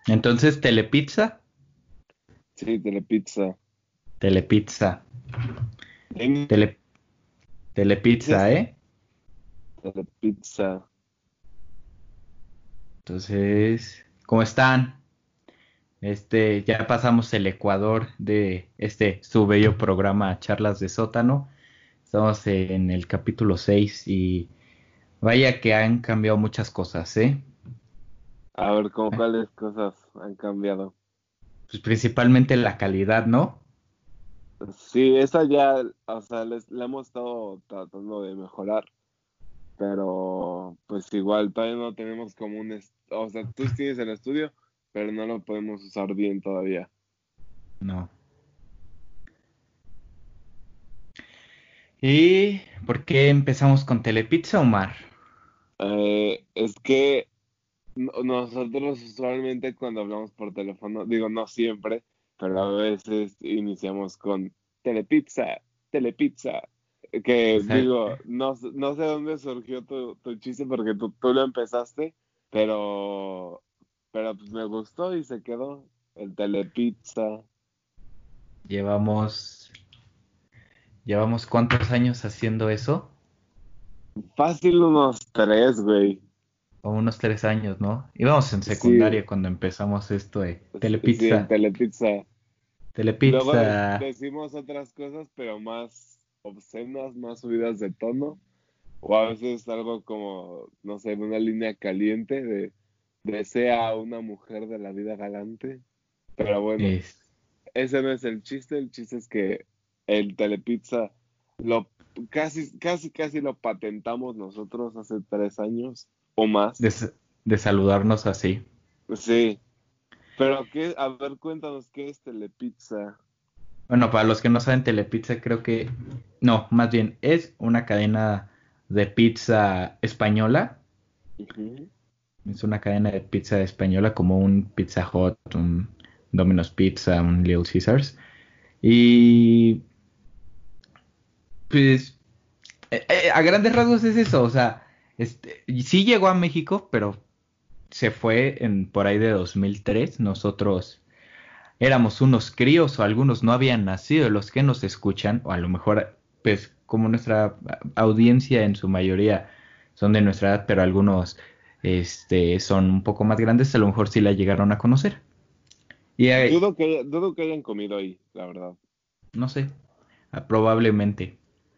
Entonces, Telepizza, Sí, Telepizza. Telepizza, ¿En Tele, Telepizza, dices? ¿eh? Telepizza. Entonces, ¿cómo están? Ya pasamos el Ecuador de su bello programa Charlas de Sótano. Estamos en el capítulo 6 y vaya que han cambiado muchas cosas, ¿eh? A ver, ¿cómo cuáles cosas han cambiado? Pues principalmente la calidad, ¿no? Sí, esa ya, o sea, la hemos estado tratando de mejorar, pero pues igual todavía no tenemos como o sea, tú tienes el estudio, pero no lo podemos usar bien todavía. No. ¿Y por qué empezamos con Telepizza, Omar? Es que nosotros usualmente cuando hablamos por teléfono, digo no siempre, pero a veces iniciamos con Telepizza, Telepizza, O que sea, digo, no sé dónde surgió tu chiste porque tú lo empezaste, pero, pero pues me gustó y se quedó el Telepizza. llevamos, llevamos ¿cuántos años haciendo eso? Fácil unos tres, güey. O unos 3 años, ¿no? Íbamos en Sí, secundaria cuando empezamos esto de sí, el Telepizza, Telepizza. Luego Telepizza. decimos otras cosas, pero más obscenas, más subidas de tono. O a veces algo como, no sé, una línea caliente de desea a una mujer de la vida galante. Pero bueno, Es, ese no es el chiste es que el Telepizza lo casi lo patentamos nosotros hace 3 años o de, más. de saludarnos así. Sí, pero qué, a ver, cuéntanos qué es Telepizza. Bueno, para los que no saben, Telepizza creo que... No, más bien, es una cadena de pizza española. Ujú. Es una cadena de pizza española como un Pizza Hut, un Domino's Pizza, un Little Caesars. Y pues a grandes rasgos es eso, o sea, y sí llegó a México, pero se fue por ahí de 2003. Nosotros éramos unos críos o algunos no habían nacido, los que nos escuchan, o a lo mejor, pues como nuestra audiencia en su mayoría son de nuestra edad, pero algunos son un poco más grandes, a lo mejor sí la llegaron a conocer. Y Dudo que hayan comido ahí, la verdad. no sé, probablemente.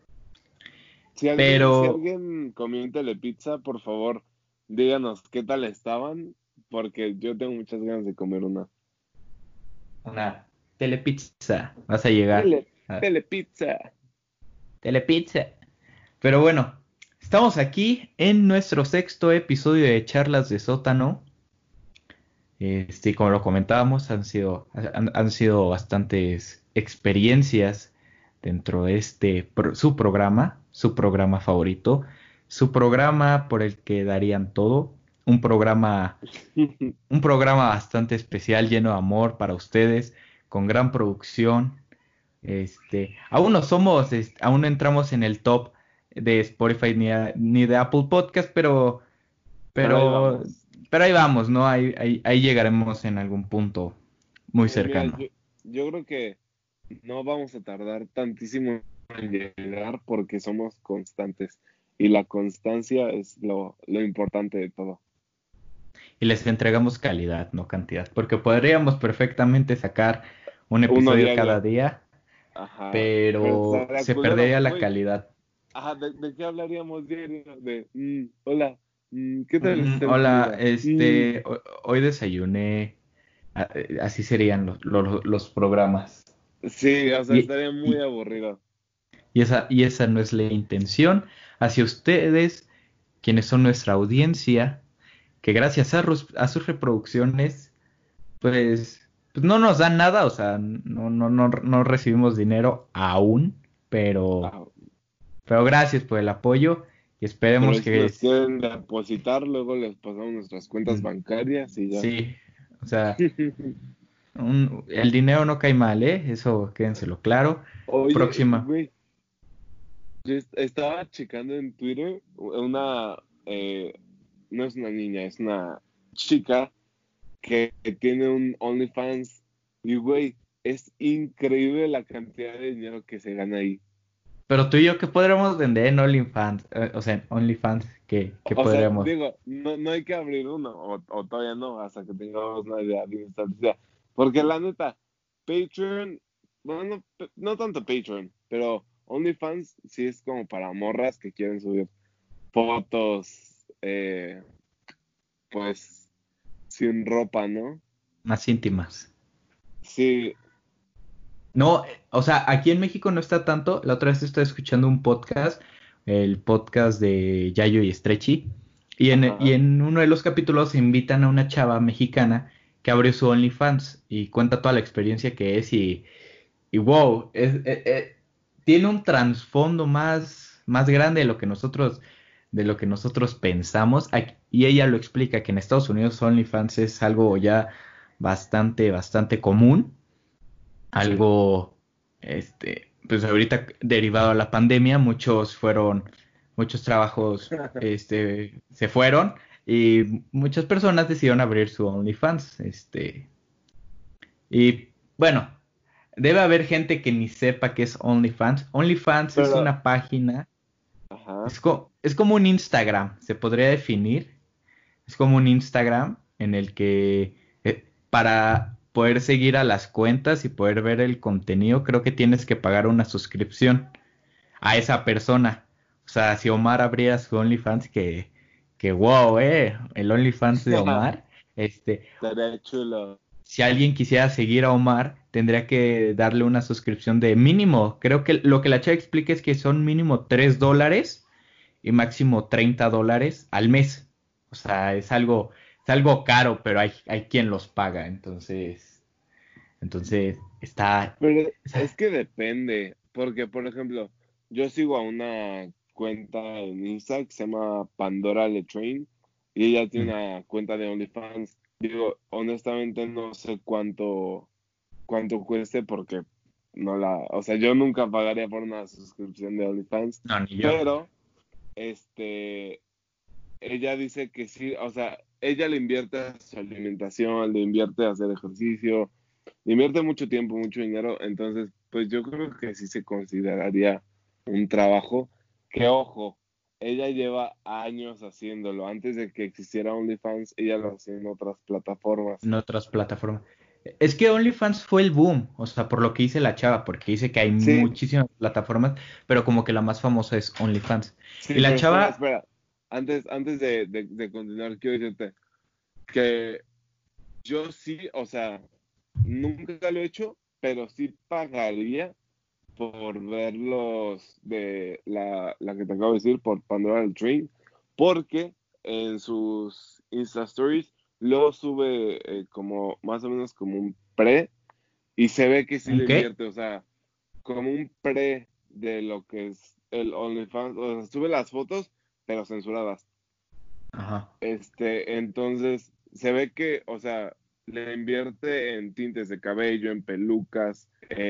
Si Pero alguien comió en Telepizza, por favor, díganos qué tal estaban, porque yo tengo muchas ganas de comer una. una telepizza, vas a llegar Tele, a Telepizza. telepizza. Pero bueno, estamos aquí en nuestro sexto episodio de Charlas de Sótano. Como lo comentábamos, han sido bastantes experiencias dentro de su programa favorito, su programa por el que darían todo, un programa, un programa bastante especial, lleno de amor para ustedes, con gran producción. Aún no somos, aún no entramos en el top de Spotify ni de Apple Podcast, Pero ahí pero, vamos. pero ahí vamos, ¿no? Ahí llegaremos en algún punto muy Mira, cercano. yo creo que no vamos a tardar tantísimo en llegar porque somos constantes. Y la constancia es lo importante de todo. Y les entregamos calidad, no cantidad, porque podríamos perfectamente sacar un Uno episodio cada diario. día, Ajá. Pero pero estaría se culero. perdería la Güey, calidad. ajá, ¿de qué hablaríamos diario? Hola, ¿qué tal está el Hola, clima? hoy desayuné, así serían los programas. Sí, o sea, Y, estaría muy y, aburrido. y esa no es la intención hacia ustedes, quienes son nuestra audiencia, que gracias a sus reproducciones, pues no nos dan nada, o sea, no recibimos dinero aún, pero, Ah, pero gracias por el apoyo y pero esperemos si que nos quieren depositar, luego les pasamos nuestras cuentas mm, bancarias y ya. sí, o sea, el dinero no cae mal, ¿eh? Eso quédenselo claro. Oye, Próxima. güey, yo estaba checando en Twitter una, no es una niña, es una chica que tiene un OnlyFans y, güey, es increíble la cantidad de dinero que se gana ahí. Pero tú y yo, ¿qué podríamos vender en OnlyFans? O sea, en OnlyFans, ¿qué O sea, podríamos? digo, no hay que abrir uno, o todavía no, hasta que tengamos una idea bien establecida. Porque la neta, Patreon, bueno, no tanto Patreon, pero OnlyFans sí es como para morras que quieren subir fotos, pues, sin ropa, ¿no? Más íntimas. Sí, No, o sea, aquí en México no está tanto. La otra vez estaba escuchando un podcast, el podcast de Yayo y Stretchy, y ajá. en uno de los capítulos invitan a una chava mexicana que abrió su OnlyFans y cuenta toda la experiencia que es y wow, tiene un trasfondo más grande de lo que nosotros pensamos. Y ella lo explica que en Estados Unidos OnlyFans es algo ya bastante común, algo, pues ahorita derivado a la pandemia, muchos trabajos, se fueron y muchas personas decidieron abrir su OnlyFans, y bueno, debe haber gente que ni sepa qué es OnlyFans. OnlyFans es Pero, una página, ajá. es como un Instagram, se podría definir. Es como un Instagram en el que para poder seguir a las cuentas y poder ver el contenido, creo que tienes que pagar una suscripción a esa persona. O sea, si Omar abriera su OnlyFans, que wow, el OnlyFans de Omar, Estaría chulo. si alguien quisiera seguir a Omar, tendría que darle una suscripción de mínimo. Creo que lo que la chava explica es que son mínimo $3 y máximo $30 al mes. O sea, es algo caro, pero hay quien los paga. Entonces Pero es está- que depende, porque por ejemplo, yo sigo a una cuenta en Insta que se llama Pandora Letrain y ella tiene mm, una cuenta de OnlyFans. Digo, honestamente no sé cuánto cueste porque o sea, yo nunca pagaría por una suscripción de OnlyFans, no, ni yo. pero este, ella dice que sí, o sea, ella le invierte a su alimentación, le invierte a hacer ejercicio, le invierte mucho tiempo, mucho dinero, entonces, pues yo creo que sí se consideraría un trabajo que, ojo, ella lleva años haciéndolo. Antes de que existiera OnlyFans, ella lo hacía en otras plataformas. En otras plataformas. Es que OnlyFans fue el boom, o sea, por lo que dice la chava, porque dice que hay Sí, muchísimas plataformas, pero como que la más famosa es OnlyFans. Y sí, la pero espera, chava, espera. Antes de continuar, quiero decirte que yo sí, o sea, nunca lo he hecho, pero sí pagaría por ver los de la que te acabo de decir, por Pandora el Train, porque en sus Insta Stories luego sube como más o menos como un pre y se ve que sí ¿un le qué? invierte, o sea, como un pre de lo que es el OnlyFans, o sea, sube las fotos, pero censuradas. Ajá. Entonces, se ve que, o sea, le invierte en tintes de cabello, en pelucas,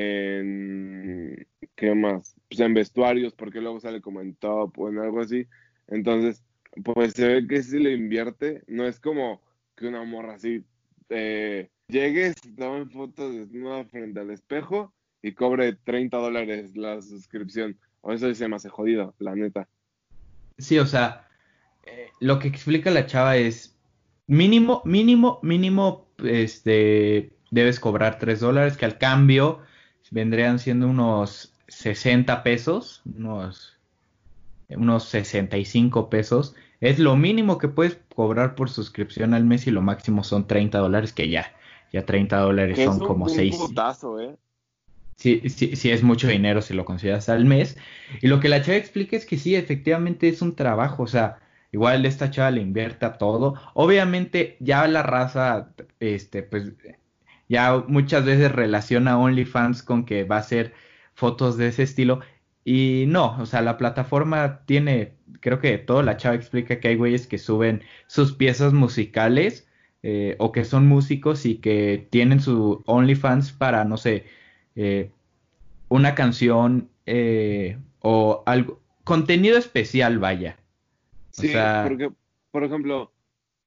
¿qué más? Pues en vestuarios, porque luego sale como en top o en algo así. Entonces, pues se ve que sí le invierte, no es como que una morra así llegue, se tome fotos desnuda frente al espejo y cobre $30 la suscripción. O eso sí se me hace jodido, la neta. Sí, o sea, lo que explica la chava es mínimo, debes cobrar $3, que al cambio vendrían siendo unos 60 pesos, unos 65 pesos. Es lo mínimo que puedes cobrar por suscripción al mes y lo máximo son $30, que ya $30 Que es son un, como un 6. putazo, ¿eh? Sí, sí, sí es mucho dinero si lo consideras al mes. Y lo que la chava explica es que sí, efectivamente es un trabajo. O sea, igual esta chava le invierte a todo. Obviamente ya la raza, pues ya muchas veces relaciona OnlyFans con que va a ser fotos de ese estilo. Y no, o sea, la plataforma tiene, creo que todo, la chava explica que hay güeyes que suben sus piezas musicales, o que son músicos y que tienen su OnlyFans para, no sé, eh, una canción, o algo, contenido especial, vaya. O Sí, sea, porque, por ejemplo,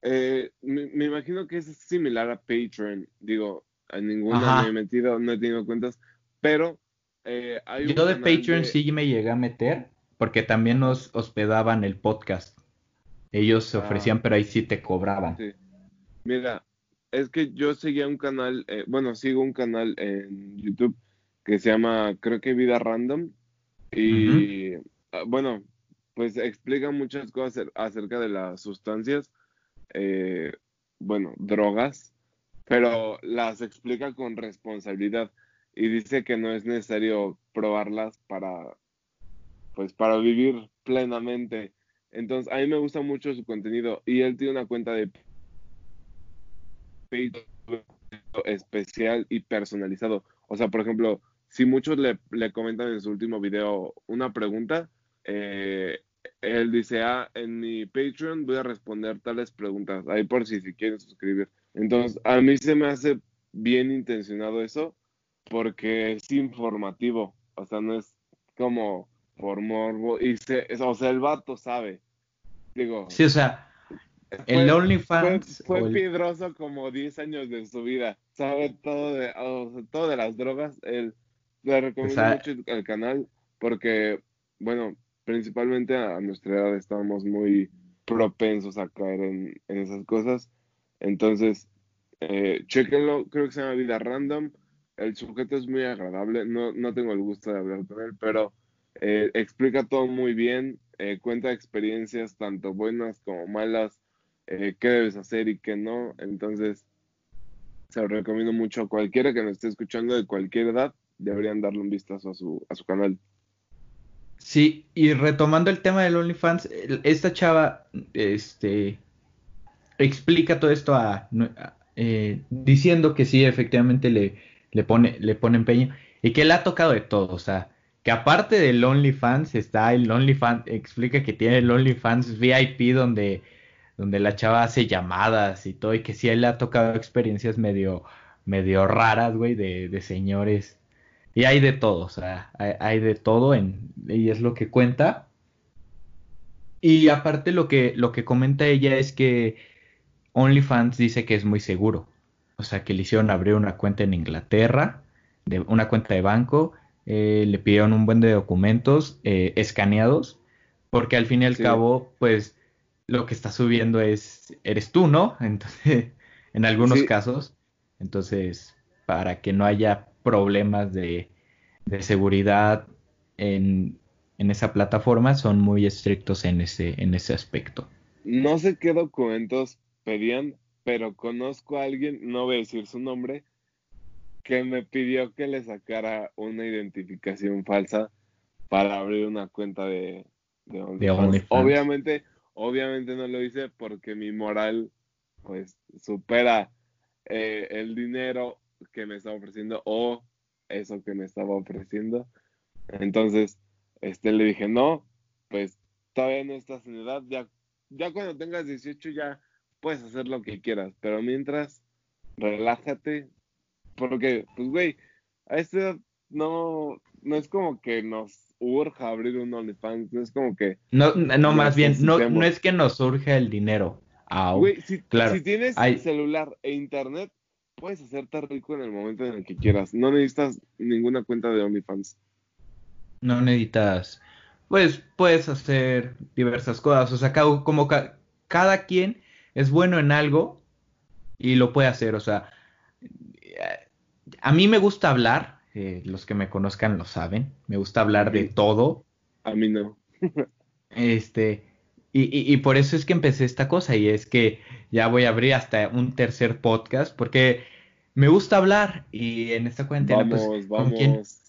Me imagino que es similar a Patreon. Digo, a ninguna me he Ajá. metido, no he tenido cuentas, pero hay un Yo de canal Patreon de... sí me llegué a meter porque también Ajá. nos hospedaban el podcast. Ellos se Ah, ofrecían, pero ahí sí te cobraban. sí. Mira, es que yo seguía un canal, bueno, sigo un canal en YouTube que se llama, creo que Vida Random, Ujú. y bueno, pues explica muchas cosas acerca de las sustancias, eh, bueno, drogas, pero las explica con responsabilidad y dice que no es necesario probarlas para, pues, para vivir plenamente. Entonces, a mí me gusta mucho su contenido y él tiene una cuenta de Patreon especial y personalizado. O sea, por ejemplo, si muchos le comentan en su último video una pregunta, eh, él dice, en mi Patreon voy a responder tales preguntas, ahí por si quieren suscribir. Entonces, a mí se me hace bien intencionado eso, porque es informativo, o sea, no es como por morbo, o sea, el vato sabe, digo, Sí, o sea, el fue, fue, OnlyFans fue piedroso como 10 años de su vida. Sabe todo o sea, todo de las drogas. Le o recomiendo sea, mucho el canal porque, bueno, principalmente a nuestra edad estamos muy propensos a caer en esas cosas. Entonces, chéquenlo, creo que se llama Vida Random. El sujeto es muy agradable. No tengo el gusto de hablar con él, pero explica todo muy bien. Cuenta experiencias tanto buenas como malas, qué debes hacer y qué no. Entonces, se lo recomiendo mucho a cualquiera que nos esté escuchando de cualquier edad. Deberían darle un vistazo a su canal. sí, y retomando el tema del OnlyFans, esta chava, explica todo esto diciendo que sí, efectivamente le pone empeño y que le ha tocado de todo, o sea, que aparte del OnlyFans está el OnlyFans, explica que tiene el OnlyFans VIP donde la chava hace llamadas y todo, y que sí a él le ha tocado experiencias medio raras, güey, de señores. Y hay de todo, o sea, hay de todo y es lo que cuenta. Y aparte lo que comenta ella es que OnlyFans dice que es muy seguro. O sea, que le hicieron abrir una cuenta en Inglaterra, una cuenta de banco, le pidieron un buen de documentos escaneados, porque al fin y al Sí, cabo, pues lo que está subiendo eres tú, ¿no? Entonces, en algunos sí, casos, entonces, para que no haya problemas de seguridad en, en esa plataforma, son muy estrictos en ese aspecto. no sé qué documentos pedían, pero conozco a alguien, no voy a decir su nombre, que me pidió que le sacara una identificación falsa para abrir una cuenta de De OnlyFans. OnlyFans. Obviamente no lo hice porque mi moral pues supera el dinero que me estaba ofreciendo o eso que me estaba ofreciendo. Entonces, le dije, no, pues todavía no estás en edad, ya cuando tengas 18 ya puedes hacer lo que quieras, pero mientras, relájate, porque, pues, güey, a esta edad no es como que nos urja abrir un OnlyFans, no es como que No, no, más bien, no necesitemos. es que nos surja el dinero. Güey, si Claro, tienes hay, celular e internet, puedes hacerte rico en el momento en el que quieras. No necesitas ninguna cuenta de OnlyFans. no necesitas, pues puedes hacer diversas cosas. O sea, cada quien es bueno en algo y lo puede hacer. O sea, eh, a mí me gusta hablar, los que me conozcan lo saben, me gusta A hablar de mí, todo. a mí no. Este, y por eso es que empecé esta cosa y es que ya voy a abrir hasta un tercer podcast porque me gusta hablar y en esta cuarentena pues Vamos, con quien vamos.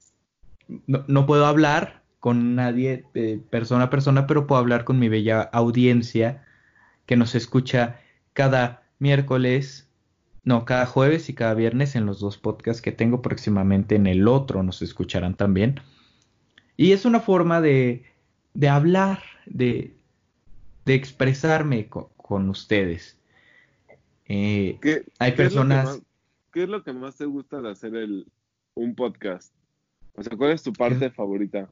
no puedo hablar con nadie persona a persona, pero puedo hablar con mi bella audiencia que nos escucha cada miércoles, no, cada jueves y cada viernes en los dos podcasts que tengo próximamente en el otro nos escucharán también. Y es una forma de hablar, de expresarme con ustedes. Eh, ¿Qué, hay qué es lo que más, personas qué es lo que más te gusta de hacer un podcast? O sea, ¿cuál es tu que, parte favorita?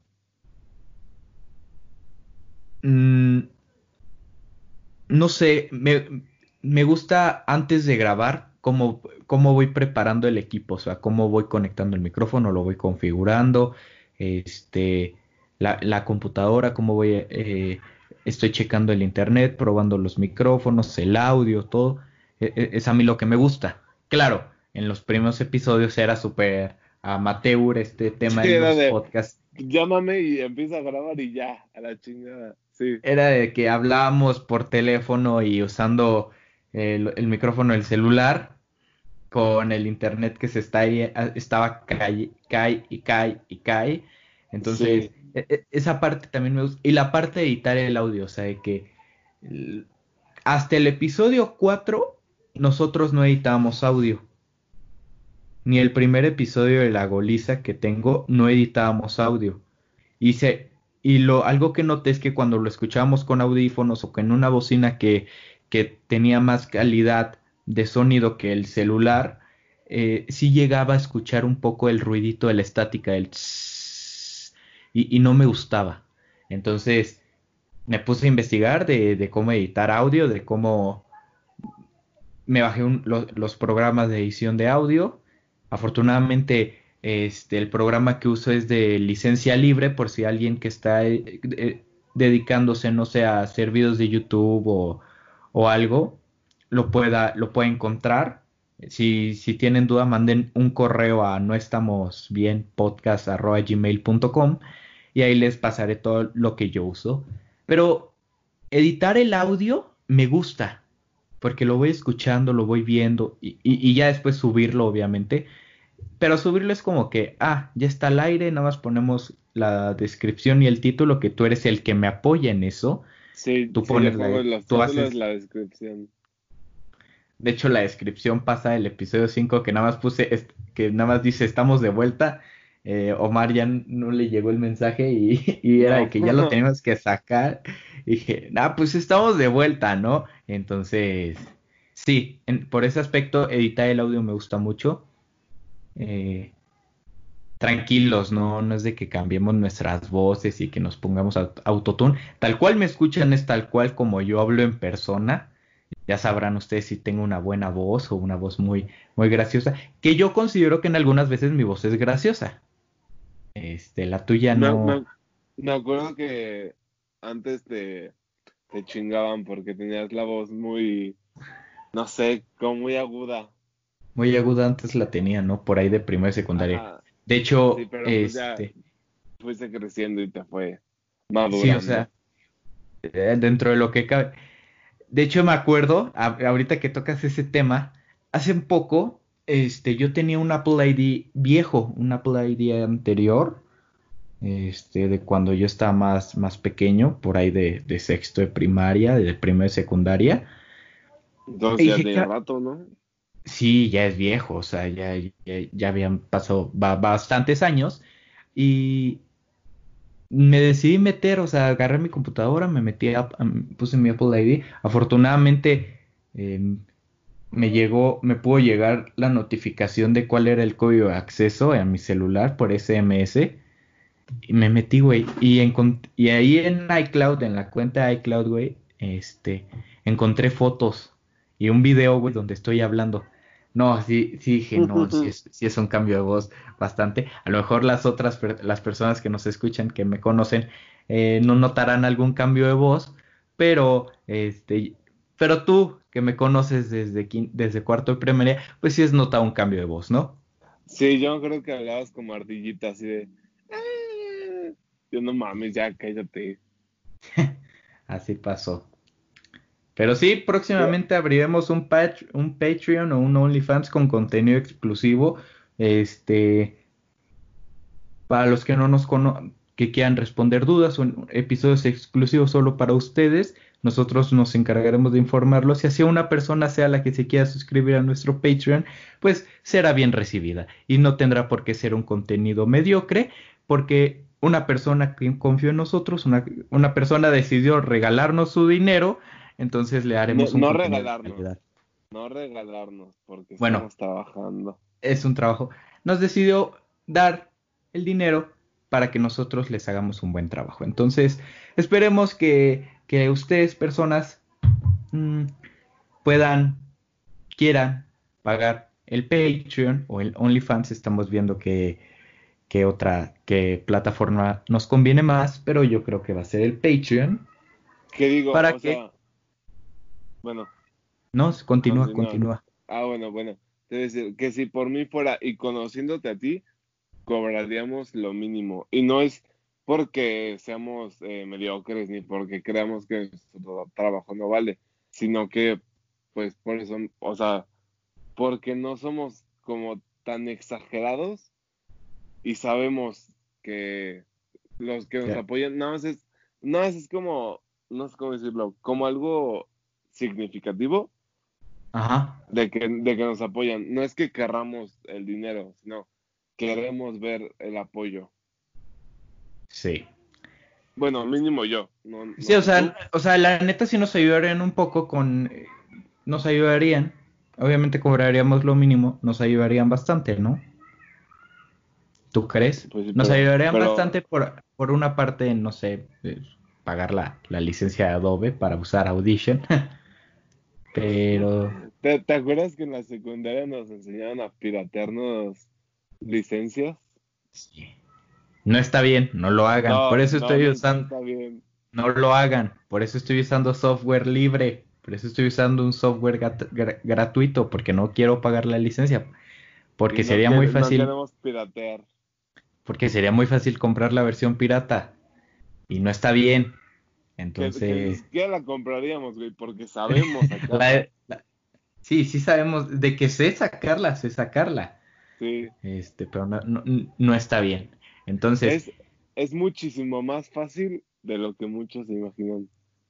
mm, no sé, me gusta antes de grabar cómo voy preparando el equipo, o sea, cómo voy conectando el micrófono, lo voy configurando, este, la computadora, estoy checando el internet, probando los micrófonos, el audio, todo. Es a mí lo que me gusta. Claro, en los primeros episodios era súper amateur este tema Sí, en era los de, podcasts. llámame y empieza a grabar y ya, a la chingada. Sí, Era de que hablábamos por teléfono y usando el micrófono del celular con el internet que estaba cae y cae y cae. Entonces, sí, esa parte también me gusta. Y la parte de editar el audio, o sea, de que l- hasta el episodio 4 nosotros no editábamos audio. Ni el primer episodio de La Goliza que tengo no editábamos audio. Y algo que noté es que cuando lo escuchábamos con audífonos o con una bocina que tenía más calidad de sonido que el celular, sí llegaba a escuchar un poco el ruidito de la estática, el tss, y no me gustaba. Entonces me puse a investigar de cómo editar audio, de cómo me bajé los programas de edición de audio. Afortunadamente, el programa que uso es de licencia libre, por si alguien que está dedicándose, no sé, a hacer videos de YouTube o algo, lo pueda encontrar. Si tienen duda, manden un correo a noestamosbienpodcast@gmail.com y ahí les pasaré todo lo que yo uso. Pero editar el audio me gusta porque lo voy escuchando, lo voy viendo y ya después subirlo, obviamente. Pero subirlo es como que, ya está al aire, nada más ponemos la descripción y el título, que tú eres el que me apoya en eso. sí, Tú sí, yo pones pongo los tú títulos, haces, la descripción. de hecho la descripción pasa del episodio 5 que nada más que nada más dice estamos de vuelta. Omar ya no le llegó el mensaje y era de No, que ya lo teníamos que sacar. Y dije, pues estamos de vuelta, ¿no? Entonces, sí, por ese aspecto, editar el audio me gusta mucho. Eh, Tranquilos, no es de que cambiemos nuestras voces y que nos pongamos autotune. Tal cual me escuchan es tal cual como yo hablo en persona. Ya sabrán ustedes si tengo una buena voz o una voz muy, muy graciosa, que yo considero que en algunas veces mi voz es graciosa. La tuya me, no, me, me acuerdo que antes te chingaban porque tenías la voz muy, no sé, como muy aguda. muy aguda antes la tenía, ¿no? Por ahí de primaria y secundaria. Ajá, De sí, hecho, pero pues ya fuiste creciendo y te fue sí, o madurando. sea, dentro de lo que cabe. De hecho, me acuerdo, ahorita que tocas ese tema, hace poco, yo tenía un Apple ID viejo, un Apple ID anterior, de cuando yo estaba más pequeño, por ahí de sexto de primaria, de primero de secundaria. Y Entonces ya dije, tiene rato, ¿no? sí, ya es viejo, o sea, ya habían pasado bastantes años. Y me decidí meter, o sea, agarré mi computadora, me metí, puse mi Apple ID. Afortunadamente, em, me pudo llegar la notificación de cuál era el código de acceso a mi celular por SMS. Y me metí, güey. Y ahí en iCloud, en la cuenta de iCloud, güey, encontré fotos y un video, güey, donde estoy hablando. No, sí, sí dije, no, sí es un cambio de voz bastante. A lo mejor las personas que nos escuchan, que me conocen, no notarán algún cambio de voz, pero, pero tú, que me conoces desde cuarto de primaria, pues sí has notado un cambio de voz, ¿no? Sí, yo creo que hablabas como ardillita, así de... "Ah". Yo no mames, ya cállate. Así pasó. Pero sí, Pero, próximamente abriremos un Patreon o un OnlyFans con contenido exclusivo. Este, para los que no nos que quieran responder dudas, son episodios exclusivos solo para ustedes. Nosotros nos encargaremos de informarlos. Si así una persona sea la que se quiera suscribir a nuestro Patreon, pues será bien recibida. Y no tendrá por qué ser un contenido mediocre, porque una persona que confió en nosotros, una persona decidió regalarnos su dinero, entonces le no, haremos un no contenido de regalarnos, calidad. no regalarnos, porque Bueno, estamos trabajando. es un trabajo. Nos decidió dar el dinero para que nosotros les hagamos un buen trabajo. Entonces, esperemos que ustedes, personas, mm, quieran pagar el Patreon o el OnlyFans. Estamos viendo qué plataforma nos conviene más, pero yo creo que va a ser el Patreon. ¿Qué digo? ¿Para O qué? sea, bueno, No, continúa, continúa. continúa. Bueno. Te voy a decir que si por mí fuera y conociéndote a ti, cobraríamos lo mínimo. Y no es porque seamos mediocres ni porque creamos que nuestro trabajo no vale, sino que, pues, por eso, o sea, porque no somos como tan exagerados y sabemos que los que nos Ya. apoyan, nada más es como, no sé cómo decirlo, como algo significativo Ajá, de que nos apoyan. No es que querramos el dinero, sino queremos ver el apoyo. sí. Bueno, mínimo yo, Sí, no sé tú. o sea, la neta sí nos ayudarían un poco nos ayudarían, obviamente cobraríamos lo mínimo, nos ayudarían bastante, ¿no? ¿Tú crees? Pues sí, Nos ayudarían pero, bastante por una parte, no sé, pagar la licencia de Adobe para usar Audition, pero ¿te acuerdas que en la secundaria nos enseñaban a piratearnos licencias? sí, no está bien, no lo hagan. Por eso estoy Nunca usando, está bien. no lo hagan, por eso estoy usando software libre, por eso estoy usando un software gratuito, porque no quiero pagar la licencia, Y porque sería muy no fácil, queremos piratear. porque sería muy fácil comprar la versión pirata y no está bien. Que ni Entonces, siquiera la compraríamos, güey, porque sabemos sacarla. la, sí, sí sabemos de que sé sacarla, Sí. pero no está bien. Entonces, Es, es muchísimo más fácil de lo que muchos se imaginan.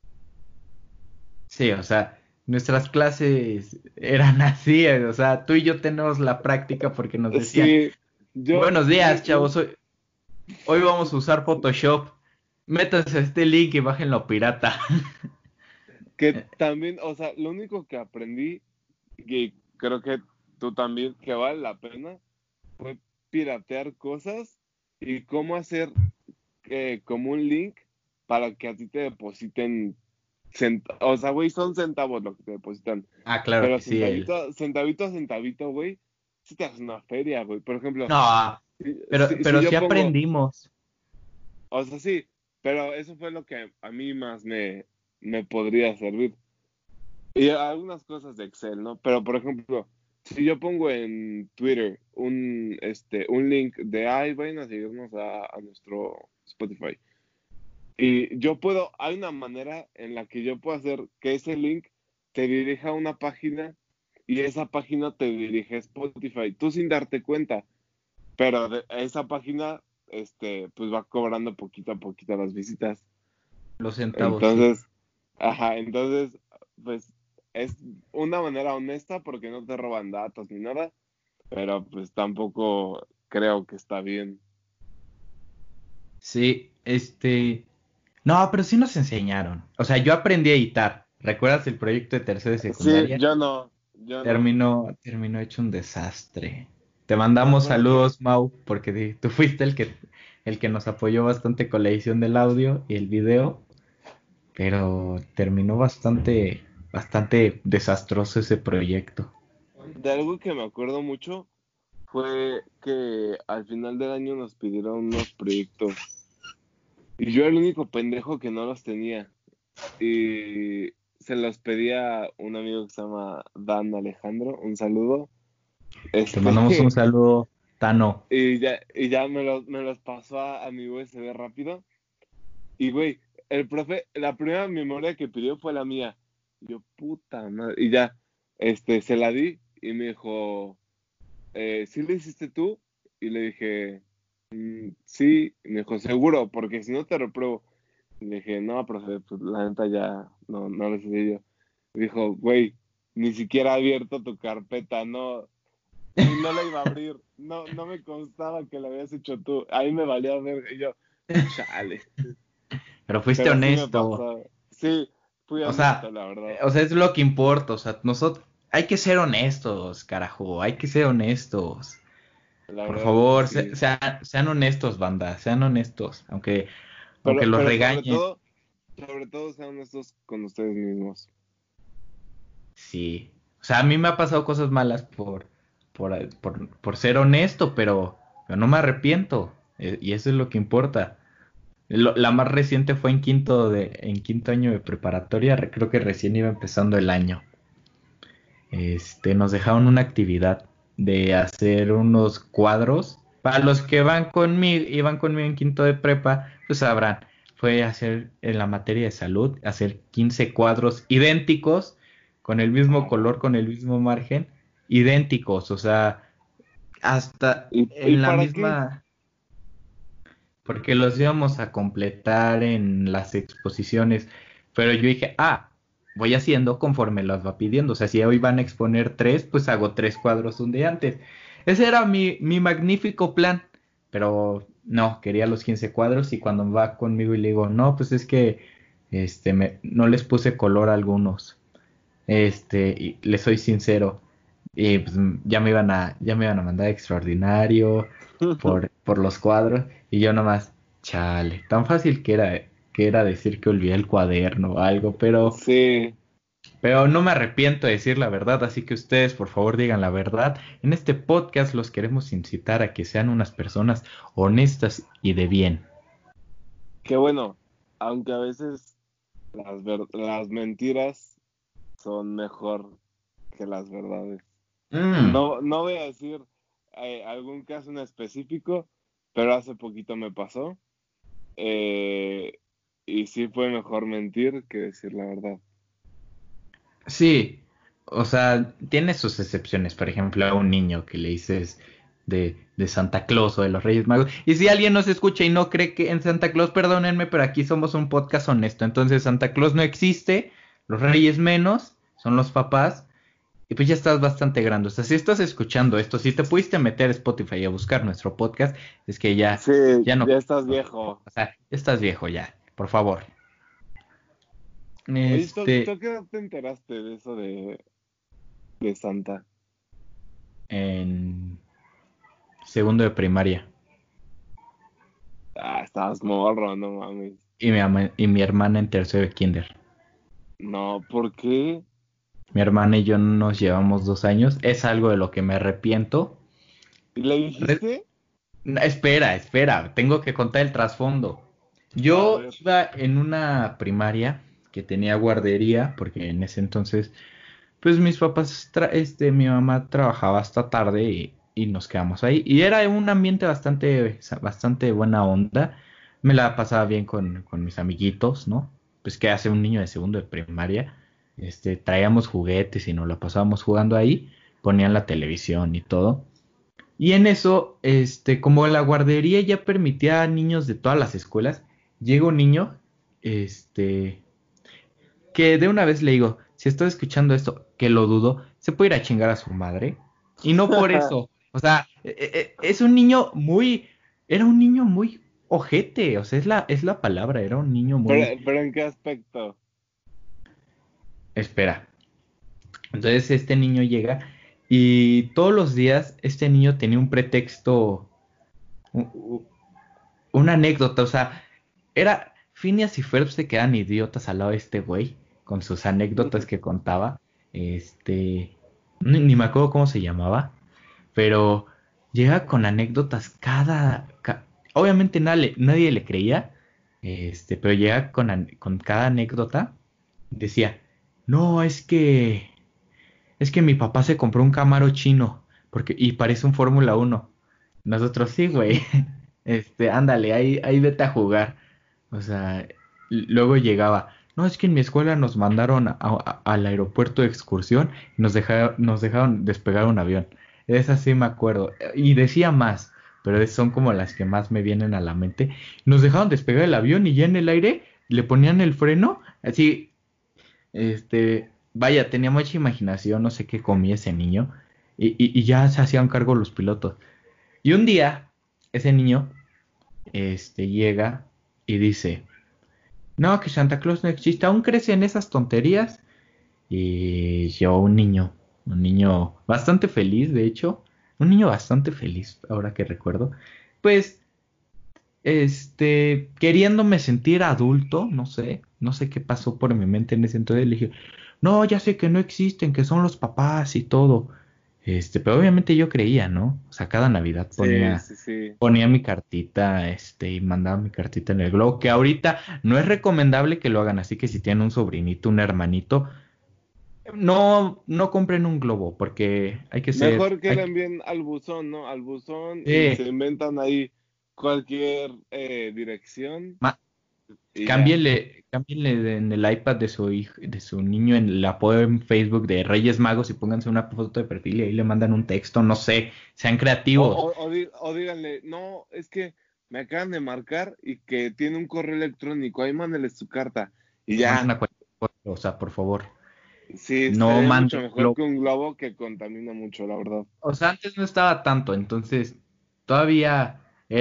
sí, o sea, nuestras clases eran así, o sea, tú y yo tenemos la práctica porque nos decían, Sí, buenos días, güey, chavos, hoy vamos a usar Photoshop, métanse a este link y bájenlo pirata. que también, o sea, lo único que aprendí, y creo que tú también, que vale la pena, fue piratear cosas y cómo hacer como un link para que a ti te depositen, o sea, güey, son centavos lo que te depositan, Ah, claro pero que sí, centavito a centavito, güey, si te haces una feria, güey. Por ejemplo, no, si pero yo sí pongo, aprendimos. o sea, sí, pero eso fue lo que a mí más me podría servir. Y algunas cosas de Excel, ¿no? Pero, por ejemplo, si yo pongo en Twitter un link de, ay, vayan a seguirnos a nuestro Spotify. Y hay una manera en la que yo puedo hacer que ese link te dirija a una página y esa página te dirige a Spotify, tú sin darte cuenta, pero esa página, pues va cobrando poquito a poquito las visitas. Los centavos, sí. Entonces, ajá, entonces, pues es una manera honesta porque no te roban datos ni nada, pero pues tampoco creo que está bien. Sí, no, pero sí nos enseñaron. O sea, yo aprendí a editar. ¿Recuerdas el proyecto de tercero de Sí, secundaria? yo no. Terminó hecho un desastre. Te Me mandamos acuerdo que saludos, Mau, porque tú fuiste el que nos apoyó bastante con la edición del audio y el video, pero terminó bastante desastroso ese proyecto. de algo que me acuerdo mucho fue que al final del año nos pidieron unos proyectos y yo era el único pendejo que no los tenía y se los pedía a un amigo que se llama Dan Alejandro, un saludo, Te mandamos un este, saludo, Tano. y ya me los pasó a mi USB rápido y güey, el profe, la primera memoria que pidió fue la mía. Yo, puta madre, y ya, se la di y me dijo, ¿sí lo hiciste tú? Y le dije, sí. Y me dijo, seguro, porque si no te repruebo. Y le dije, no, profe, pues la neta ya no lo hice yo. Y dijo, güey, ni siquiera he abierto tu carpeta, no, y no la iba a abrir. No me constaba que la habías hecho tú. Ahí me valía ver. Y yo, chale. Pero fuiste Pero sí me honesto. pasó. Sí, fui O honesto, sea, la verdad. es lo que importa. O sea, nosotros hay que ser honestos, carajo. Hay que ser honestos. La Por verdad es que favor, sí. sean honestos, banda. Sean honestos. Aunque los Pero regañen. sobre todo sean honestos con ustedes mismos. Sí. O sea, a mí me ha pasado cosas malas por ser honesto, pero no me arrepiento. Y eso es lo que importa. La más reciente fue en quinto año de preparatoria. Creo que recién iba empezando el año. Nos dejaron una actividad de hacer unos cuadros. Para los que iban conmigo en quinto de prepa, pues sabrán, fue hacer en la materia de salud, hacer 15 cuadros idénticos, con el mismo color, con el mismo margen, idénticos, o sea, hasta ¿Y en la para qué? misma, porque los íbamos a completar en las exposiciones, pero yo dije, voy haciendo conforme las va pidiendo, o sea, si hoy van a exponer tres, pues hago tres cuadros un día antes. Ese era mi magnífico plan, pero no, quería los 15 cuadros y cuando va conmigo y le digo, no, pues es que no les puse color a algunos, y les soy sincero, y pues ya me iban a mandar extraordinario por los cuadros, y yo nomás, chale, tan fácil que era decir que olvidé el cuaderno o algo, Sí, pero no me arrepiento de decir la verdad, así que ustedes por favor digan la verdad. En este podcast los queremos incitar a que sean unas personas honestas y de bien. qué bueno, aunque a veces las mentiras son mejor que las verdades. Mm, No voy a decir algún caso en específico, pero hace poquito me pasó. eh, y sí fue mejor mentir que decir la verdad. sí, o sea, tiene sus excepciones. Por ejemplo, a un niño que le dices de Santa Claus o de los Reyes Magos. Y si alguien nos escucha y no cree que en Santa Claus, perdónenme, pero aquí somos un podcast honesto. Entonces Santa Claus no existe, los Reyes menos, son los papás. Y pues ya estás bastante grande. O sea, si estás escuchando esto, si te pudiste meter a Spotify a buscar nuestro podcast, es que ya, Sí, ya no. ya estás viejo. O sea, ya estás viejo ya, por favor. Oye, ¿tú Este, a qué edad te enteraste de eso de Santa? en segundo de primaria. Estabas morro, no mames. Y mi hermana en tercero de kinder. No, ¿por qué? Mi hermana y yo nos llevamos 2 años. Es algo de lo que me arrepiento. ¿Y le Re- dijiste? No, espera, tengo que contar el trasfondo. A Yo ver. iba en una primaria que tenía guardería, porque en ese entonces, pues mis papás, mi mamá trabajaba hasta tarde y nos quedamos ahí. Y era un ambiente bastante buena onda. Me la pasaba bien con mis amiguitos, ¿no? Pues que hace un niño de segundo de primaria. Traíamos juguetes y nos la pasábamos jugando ahí. Ponían la televisión y todo. Y en eso, como la guardería ya permitía a niños de todas las escuelas, llega un niño, este, que de una vez le digo, si estoy escuchando esto, que lo dudo, se puede ir a chingar a su madre. Y no por eso. O sea, era un niño muy ojete, o sea, es la palabra, era un niño muy. Pero ¿en qué aspecto? Espera. Entonces este niño llega y todos los días este niño tenía un pretexto, u- u- una anécdota, o sea, Phineas y Ferb se quedan idiotas al lado de este güey con sus anécdotas que contaba. Ni me acuerdo cómo se llamaba, pero llega con anécdotas obviamente nadie le creía, pero llega con cada anécdota. Decía, no, es que mi papá se compró un Camaro chino y parece un Fórmula 1. Nosotros sí, güey. Ándale, ahí vete a jugar. O sea, luego llegaba. No, es que en mi escuela nos mandaron al aeropuerto de excursión y nos dejaron despegar un avión. Esa sí me acuerdo. Y decía más, pero son como las que más me vienen a la mente. Nos dejaron despegar el avión y ya en el aire le ponían el freno. Así, vaya, tenía mucha imaginación, no sé qué comía ese niño. Y ya se hacían cargo los pilotos. Y un día, ese niño, llega y dice, no, que Santa Claus no existe, aún crece en esas tonterías. Y yo, un niño bastante feliz, de hecho, un niño bastante feliz, ahora que recuerdo, pues, queriéndome sentir adulto, no sé qué pasó por mi mente en ese entonces, le dije, no, ya sé que no existen, que son los papás y todo. Pero obviamente yo creía, ¿no? O sea, cada Navidad Sí, sí, sí. ponía mi cartita, y mandaba mi cartita en el globo, que ahorita no es recomendable que lo hagan, así que si tienen un sobrinito, un hermanito, no compren un globo, porque Mejor que hay le que, envíen al buzón, ¿no? Al buzón y se sí, inventan ahí cualquier dirección y ya. cámbienle en el iPad de su hijo, de su niño, en la apodo en Facebook de Reyes Magos y pónganse una foto de perfil y ahí le mandan un texto, no sé, sean creativos. O díganle, no, es que me acaban de marcar y que tiene un correo electrónico, ahí mándale su carta. Y Manden ya, a cualquier cosa, o sea, por favor, sí, no estaría mucho manden mejor globo. que un globo que contamina mucho, la verdad. O sea, antes no estaba tanto, entonces todavía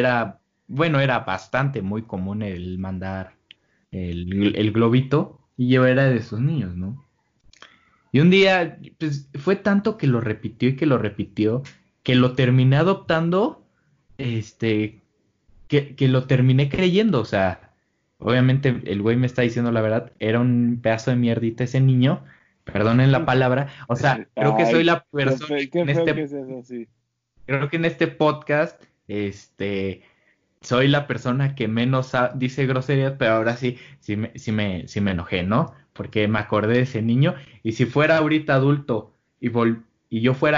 era bastante muy común el mandar el globito y yo era de esos niños, ¿no? Y un día, pues fue tanto que lo repitió y que lo repitió, que lo terminé adoptando, este, que lo terminé creyendo, o sea, obviamente el güey me está diciendo la verdad, era un pedazo de mierdita ese niño, perdonen la palabra, o sea, creo que soy Ay, la persona qué feo que seas así. creo que en este podcast, soy la persona que menos dice groserías, pero ahora sí me enojé, ¿no? Porque me acordé de ese niño, y si fuera ahorita adulto y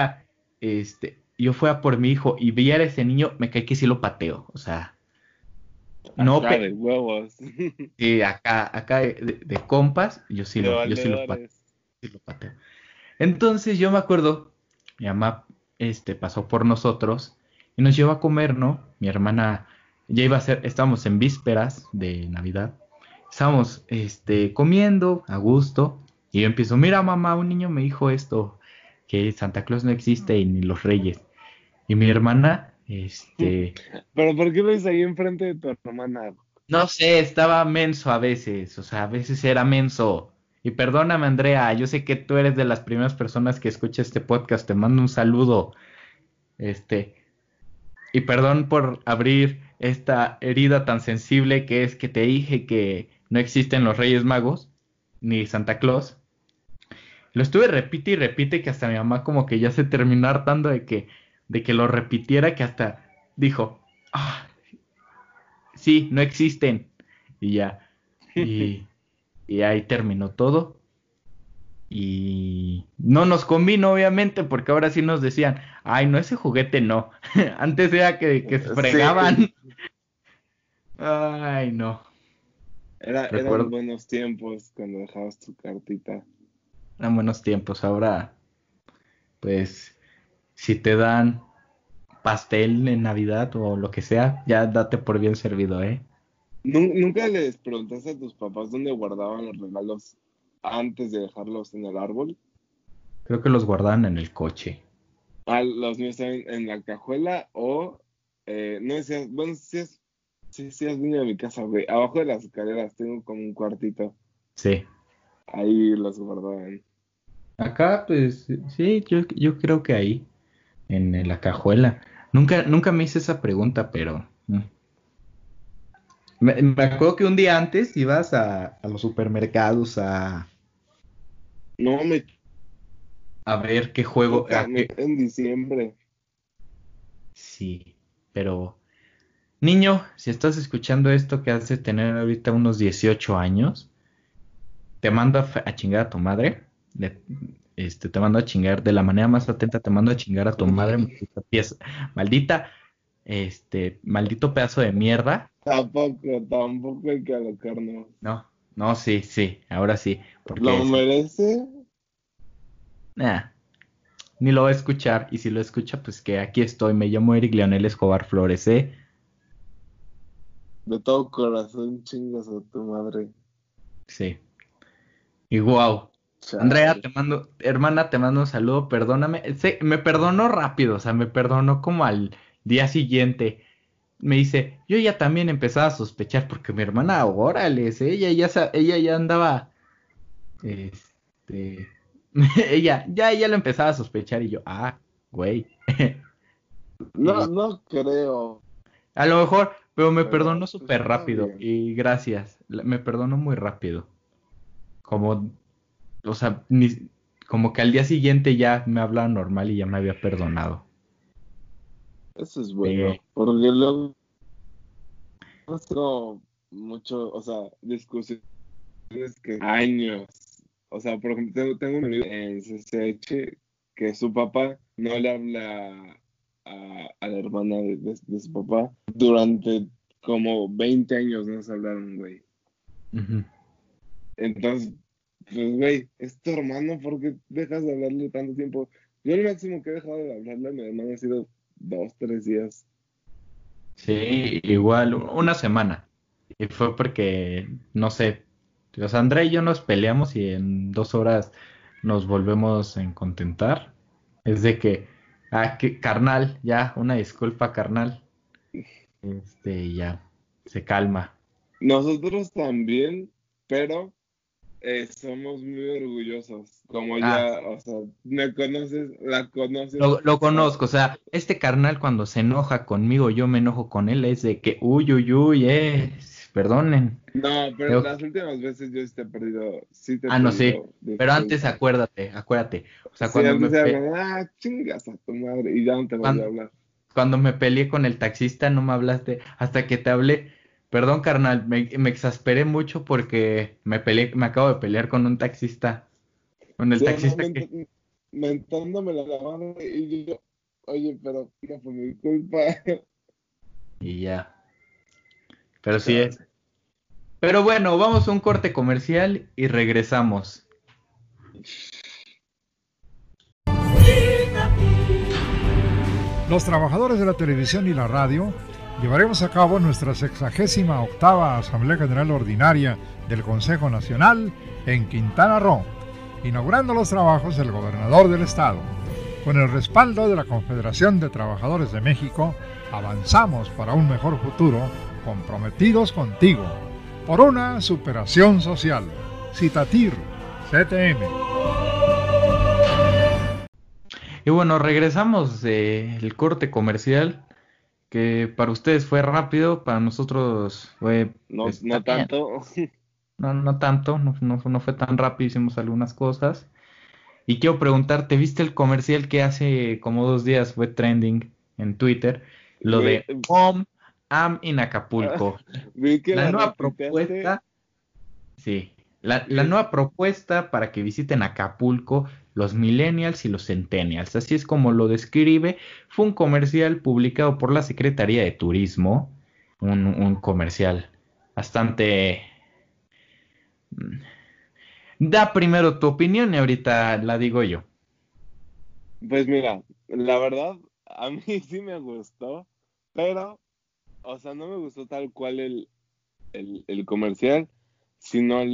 yo fuera por mi hijo y viera a ese niño, me cae que sí lo pateo, o sea, no, Acá de huevos, sí, acá de compas, de yo valedores. sí lo pateo. Entonces yo me acuerdo, mi mamá pasó por nosotros y nos llevó a comer, ¿no? Mi hermana estábamos en vísperas de Navidad, estábamos comiendo a gusto y yo empiezo, mira mamá, un niño me dijo esto, que Santa Claus no existe y ni los reyes. Y mi hermana, Pero ¿por qué lo dices ahí enfrente de tu hermana? no sé, estaba menso a veces, o sea, a veces era menso. Y perdóname, Andrea, yo sé que tú eres de las primeras personas que escucha este podcast, te mando un saludo. Este, y perdón por abrir esta herida tan sensible que es que te dije que no existen los Reyes Magos, ni Santa Claus. Lo estuve repite y repite que hasta mi mamá como que ya se terminó hartando de que lo repitiera, que hasta dijo, ah, sí, no existen. Y ya. Y, y ahí terminó todo. Y no nos convino, obviamente, porque ahora sí nos decían, ay, no, ese juguete no. Antes era que se Sí, fregaban. Ay, no. eran Recuerdo, buenos tiempos cuando dejabas tu cartita. eran buenos tiempos. Ahora, pues, si te dan pastel en Navidad o lo que sea, ya date por bien servido, ¿eh? ¿Nunca les preguntaste a tus papás dónde guardaban los regalos antes de dejarlos en el árbol? Creo que los guardaban en el coche. Ah, los míos estaban en la cajuela o, no decías, bueno, sí has venido a mi casa, güey. Abajo de las escaleras tengo como un cuartito. Sí. Ahí los guardaban. Acá, pues, sí, yo creo que ahí, en la cajuela. Nunca me hice esa pregunta, pero... Me acuerdo que un día antes ibas a los supermercados No me a ver qué juego, toca en diciembre. sí, pero niño, si estás escuchando esto que has de tener ahorita unos 18 años, te mando a chingar a tu madre, te mando a chingar de la manera más atenta, te mando a chingar a tu madre, maldita pieza, maldita, maldito pedazo de mierda. Tampoco hay que alocarnos. No, no, sí, sí, ahora sí, porque ¿Lo merece? nah, ni lo va a escuchar, y si lo escucha, pues que aquí estoy, me llamo Eric Leonel Escobar Flores, ¿eh? De todo corazón chingas a tu madre. Sí. Y wow. Andrea, Chale. hermana, te mando un saludo, perdóname. Me perdonó rápido, o sea, me perdonó como al día siguiente. Me dice, yo ya también empezaba a sospechar porque mi hermana, órale, ella ya andaba, este, ella lo empezaba a sospechar y yo, güey. No, Y no creo, a lo mejor, pero me perdonó pero pues súper está rápido bien. y gracias, me perdonó muy rápido. Como o sea, como que al día siguiente ya me hablaba normal y ya me había perdonado. Eso es Eh, bueno, porque luego no mucho, o sea, discusiones que años. O sea, por ejemplo, tengo un amigo en CCH que su papá no le habla a la hermana de su papá durante como 20 años no se hablaron, güey. ujú. Entonces, pues, güey, es tu hermano, ¿por qué dejas de hablarle tanto tiempo? Yo el máximo que he dejado de hablarle a mi hermano ha sido 2, 3 días. Sí, igual, una semana. Y fue porque, no sé, o sea, Andrea y yo nos peleamos y en 2 horas nos volvemos a contentar. Es de que, que, carnal, ya, una disculpa, carnal. Y ya, se calma. Nosotros también, pero somos muy orgullosos. Como Ah, ya, o sea, me conoces, la conoces. lo ah, conozco, o sea, este carnal cuando se enoja conmigo, yo me enojo con él, es de que, uy, uy, uy, perdonen. no, pero Yo, las últimas veces yo sí te he no, sí, pedido pero antes disculpas. acuérdate, o sea, Sí, antes era como, chingas a tu madre, y ya no te volví a cuando, hablar. cuando me peleé con el taxista no me hablaste hasta que te hablé. Perdón, carnal, me exasperé mucho porque me acabo de pelear con un taxista, con el Sí, no, taxista que... mentándome la madre, y yo, oye, pero no fue mi culpa. Y ya, pero sí es. Chale. Pero bueno, vamos a un corte comercial y regresamos. Los trabajadores de la televisión y la radio llevaremos a cabo nuestra 68ª Asamblea General Ordinaria del Consejo Nacional en Quintana Roo, inaugurando los trabajos del gobernador del estado. Con el respaldo de la Confederación de Trabajadores de México, avanzamos para un mejor futuro, comprometidos contigo, por una superación social. Citatir, CTM. Y bueno, regresamos del corte comercial, que para ustedes fue rápido, para nosotros fue, No, pues, no también, tanto. no tanto, no fue tan rápido, hicimos algunas cosas. Y quiero preguntarte, ¿viste el comercial que hace como 2 días fue trending en Twitter? Lo Güey, de Mom, I'm in Acapulco. vi que La la nueva retuiteaste. propuesta, sí, la nueva propuesta para que visiten Acapulco los millennials y los centennials. Así es como lo describe. Fue un comercial publicado por la Secretaría de Turismo. Un comercial bastante... mm, Da primero tu opinión y ahorita la digo yo. Pues mira, la verdad, a mí sí me gustó, pero, o sea, no me gustó tal cual el comercial, sino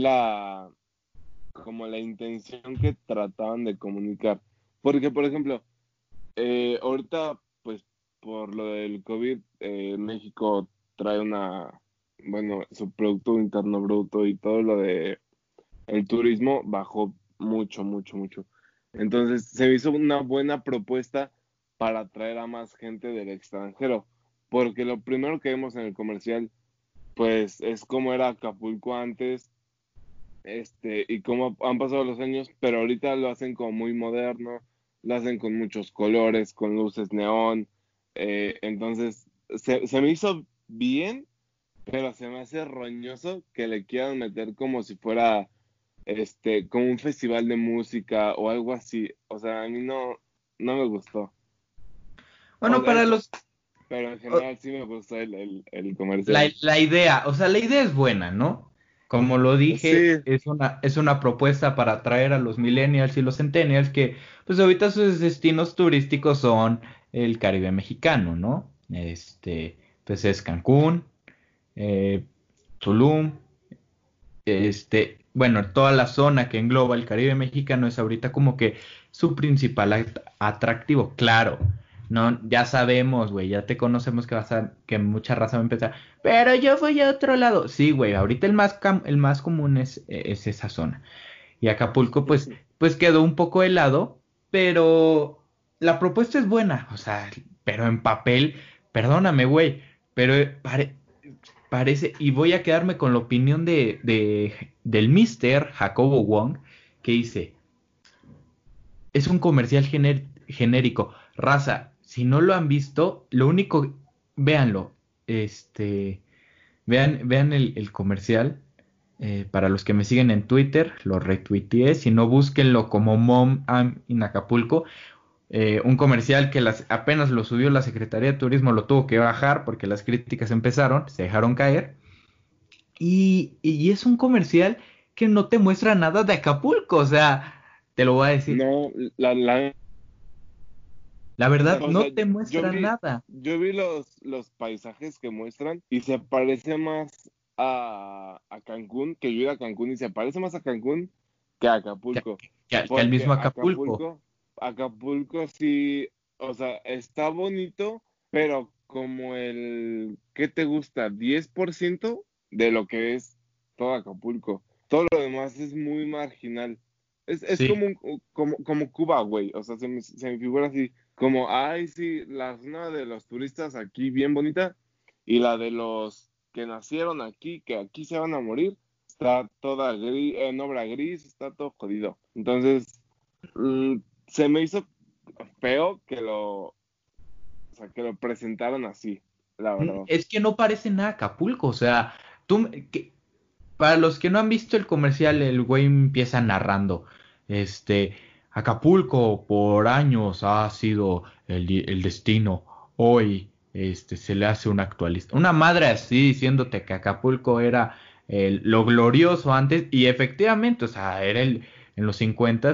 como la intención que trataban de comunicar. Porque, por ejemplo, ahorita, pues, por lo del COVID, México trae bueno, su Producto Interno Bruto y todo lo de el turismo bajó mucho, mucho, mucho. Entonces se me hizo una buena propuesta para atraer a más gente del extranjero, porque lo primero que vemos en el comercial, pues es cómo era Acapulco antes, y cómo han pasado los años, pero ahorita lo hacen como muy moderno, lo hacen con muchos colores, con luces neón, entonces se me hizo bien, pero se me hace roñoso que le quieran meter como si fuera como un festival de música o algo así. O sea, a mí no me gustó. O Bueno, sea, para los... pero en general sí me gustó el comercial. La idea, o sea, la idea es buena, ¿no? Como lo dije, Sí, es una propuesta para atraer a los millennials y los centennials que, pues ahorita sus destinos turísticos son el Caribe mexicano, ¿no? Pues es Cancún, eh, Tulum, bueno, toda la zona que engloba el Caribe mexicano es ahorita como que su principal atractivo. Claro, no, ya sabemos, güey, ya te conocemos que mucha raza va a empezar. Pero yo voy a otro lado. Sí, güey, ahorita el más común es esa zona. Y Acapulco, pues quedó un poco helado, pero la propuesta es buena, o sea, pero en papel, perdóname, güey, pero parece, y voy a quedarme con la opinión del Mister Jacobo Wong, que dice, es un comercial genérico. Raza, si no lo han visto, lo único, véanlo, vean el comercial. Para los que me siguen en Twitter, lo retuiteé. Si no, búsquenlo como Mom I'm in Acapulco. Un comercial que apenas lo subió la Secretaría de Turismo, lo tuvo que bajar porque las críticas empezaron, se dejaron caer. Y es un comercial que no te muestra nada de Acapulco, o sea, te lo voy a decir. No, La verdad, o no sea, te muestra nada. yo vi los paisajes que muestran y se parece más a Cancún, que yo he ido a Cancún y se parece más a Cancún que a Acapulco. Que al Porque mismo Acapulco. Acapulco sí, o sea, está bonito, pero como ¿qué te gusta? 10% de lo que es todo Acapulco. Todo lo demás es muy marginal. Es Sí, como Cuba, güey. O sea, se me figura así, como, ay, sí, la zona de los turistas aquí bien bonita y la de los que nacieron aquí, que aquí se van a morir, está toda en obra gris, está todo jodido. Entonces, se me hizo feo o sea, que lo presentaron así, la verdad. es que no parece nada Acapulco, o sea, para los que no han visto el comercial, el güey empieza narrando, este, Acapulco por años ha sido el destino, hoy, se le hace una madre así diciéndote que Acapulco era lo glorioso antes, y efectivamente, o sea, en los 50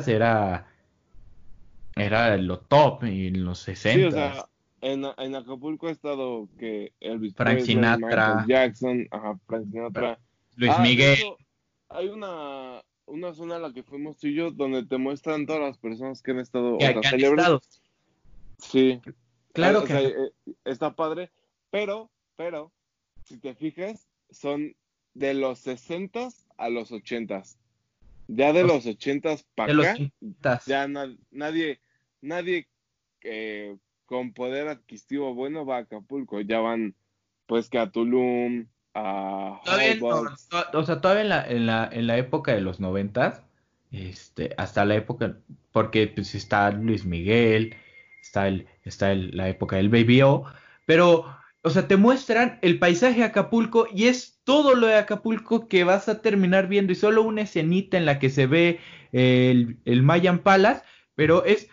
era lo top, y en los Sí, o 60 sea, en Acapulco ha estado que Elvis Frank Presley, Michael Sinatra, Jackson, ajá, Frank Sinatra. Luis Ah, de Miguel. hecho, hay una zona a la que fuimos tú y yo donde te muestran todas las personas que han estado, o sea, Que han célebres. estado. Sí, Claro o que sea, está padre, pero, si te fijas, son de los 60s a los 80s. Ya de o sea, los 80s para de los acá, 50. ya nadie con poder adquisitivo bueno va a Acapulco. Ya van, pues, que a Tulum, a Todavía no, Holbox. o sea, todavía en la época de los 90, hasta la época, porque pues está Luis Miguel, la época del Baby O, pero, o sea, te muestran el paisaje de Acapulco y es todo lo de Acapulco que vas a terminar viendo y solo una escenita en la que se ve el Mayan Palace, pero es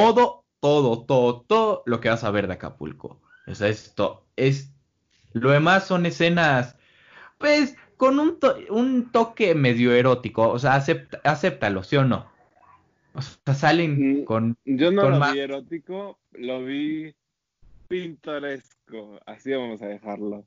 todo lo que vas a ver de Acapulco. O sea, lo demás son escenas pues con un toque medio erótico, o sea, acéptalo, ¿sí o no? O sea, salen Mm, con, Yo no con lo más, vi erótico, lo vi pintoresco. Así vamos a dejarlo.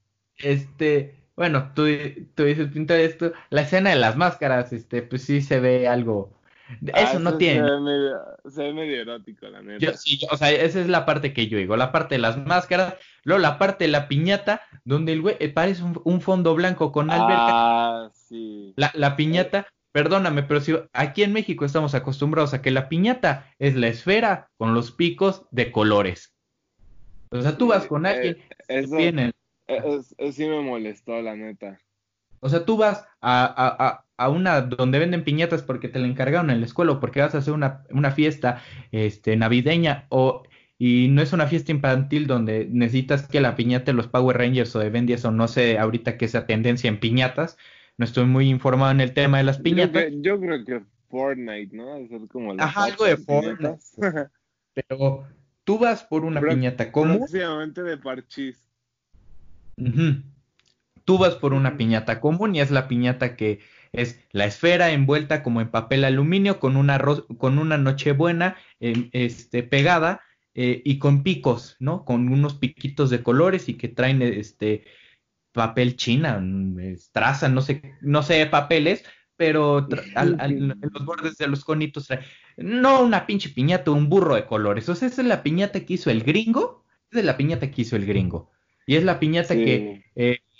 bueno, tú dices pintar esto, la escena de las máscaras, pues sí se ve algo, eso no Eso tiene, se ve medio erótico, la yo, neta. sí, o sea, esa es la parte que yo digo, la parte de las máscaras, luego la parte de la piñata, donde el güey parece un fondo blanco con alberca. Ah, sí. La Eh, piñata, perdóname, pero si aquí en México estamos acostumbrados a que la piñata es la esfera con los picos de colores. O sea, tú vas sí, con alguien, se eso viene, sí me molestó, la neta. o sea, tú vas a una donde venden piñatas porque te la encargaron en la escuela o porque vas a hacer una fiesta navideña y no es una fiesta infantil donde necesitas que la piñata de los Power Rangers o de Ben 10 o no sé ahorita que esa tendencia en piñatas. No estoy muy informado en el tema de las piñatas. Yo creo que Fortnite, ¿no? Debe ser como lo Ajá, top algo de en Fortnite. piñatas. Pero tú vas por una piñata común. Próximamente de parchís. Ujú. Tú vas por una piñata común y es la piñata que es la esfera envuelta como en papel aluminio con una nochebuena pegada y con picos, ¿no? Con unos piquitos de colores y que traen papel china, traza, no sé papeles, pero en los bordes de los conitos trae, no una pinche piñata, un burro de colores. O sea, esa es la piñata que hizo el gringo, esa es la piñata que hizo el gringo. Y es la piñata que Sí,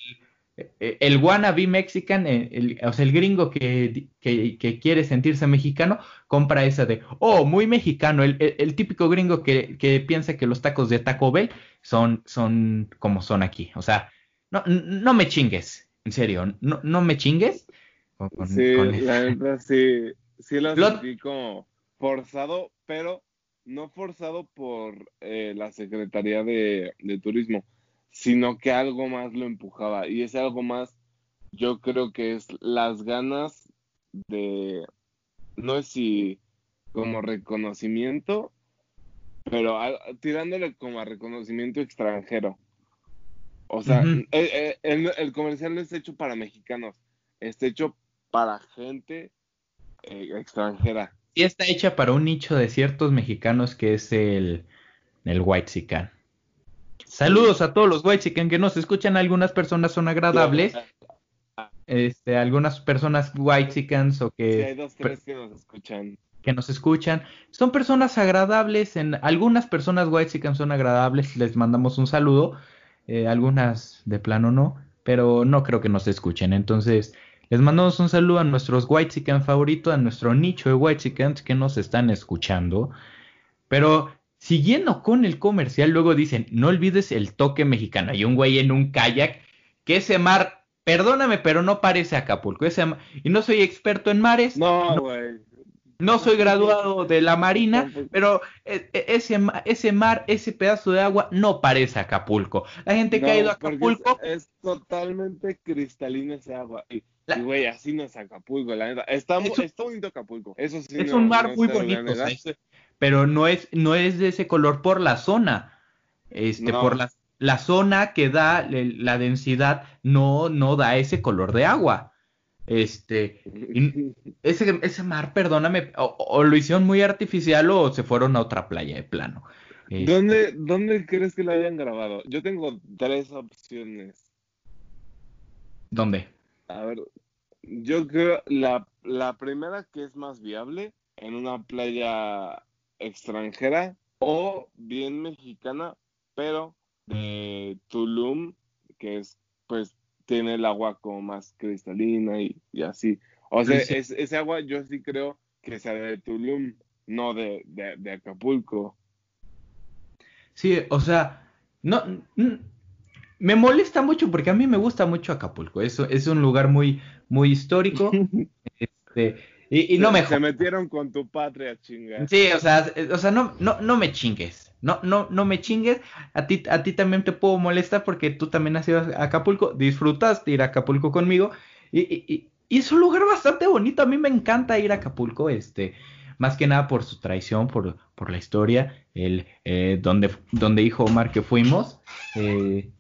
el wannabe mexican, o sea, el gringo que quiere sentirse mexicano, compra esa de, oh, muy mexicano, el típico gringo que piensa que los tacos de Taco Bell son como son aquí. O sea, no me chingues, en serio, no me chingues con sí, eso. la neta sí, sí lo Lo- sentí como forzado, pero no forzado por la Secretaría de Turismo, sino que algo más lo empujaba. Y ese algo más, yo creo que es las ganas de, no sé si como reconocimiento, pero tirándole como a reconocimiento extranjero. O sea, Ujú. el comercial no es hecho para mexicanos, está hecho para gente extranjera. Sí está hecha para un nicho de ciertos mexicanos que es el Whitexican. Sí. Saludos a todos los Whitexican que nos escuchan. Algunas personas son Sí, agradables. Algunas personas Whitexicans o sí, hay dos, tres que nos escuchan. que nos escuchan son personas agradables. Algunas personas Whitexicans son agradables. Les mandamos un saludo. Algunas de plano no. Pero no creo que nos escuchen. Entonces, les mandamos un saludo a nuestros Whitexican favoritos, a nuestro nicho de Whitexicans que nos están escuchando. Pero siguiendo con el comercial, luego dicen, no olvides el toque mexicano. Hay un güey en un kayak que ese mar, perdóname, pero no parece Acapulco. Y no soy experto en mares, No, no, güey. no soy graduado de la Marina, Tampoco. pero ese mar, ese pedazo de agua no parece Acapulco. La gente que ha ido a No, porque Acapulco, es totalmente cristalina ese agua. Y la- güey, así no es Acapulco, la neta. es, un- Está bonito Acapulco. Eso sí, es un mar no muy te lo voy a bonito, o sea, negar. pero no es de ese color por la zona. Por No. la zona que da la densidad no da ese color de agua. Y ese mar, perdóname, o lo hicieron muy artificial o se fueron a otra playa de plano. Este, ¿Dónde crees que lo hayan grabado? Yo tengo tres opciones. ¿Dónde? A ver, yo creo la primera que es más viable en una playa extranjera o bien mexicana, pero de Tulum, que es, pues, tiene el agua como más cristalina y así. O sea, Sí, ese agua yo sí creo que sea de Tulum, no de Acapulco. sí, o sea, no, me molesta mucho porque a mí me gusta mucho Acapulco. Eso es un lugar muy, muy histórico. Este, y no me Se metieron con tu patria, chinga. Sí, o sea, no me chingues. No me chingues. A ti también te puedo molestar porque tú también has ido a Acapulco. Disfrutaste ir a Acapulco conmigo. Y es un lugar bastante bonito. A mí me encanta ir a Acapulco. Más que nada por su tradición, por la historia. Donde dijo Omar que fuimos. eh,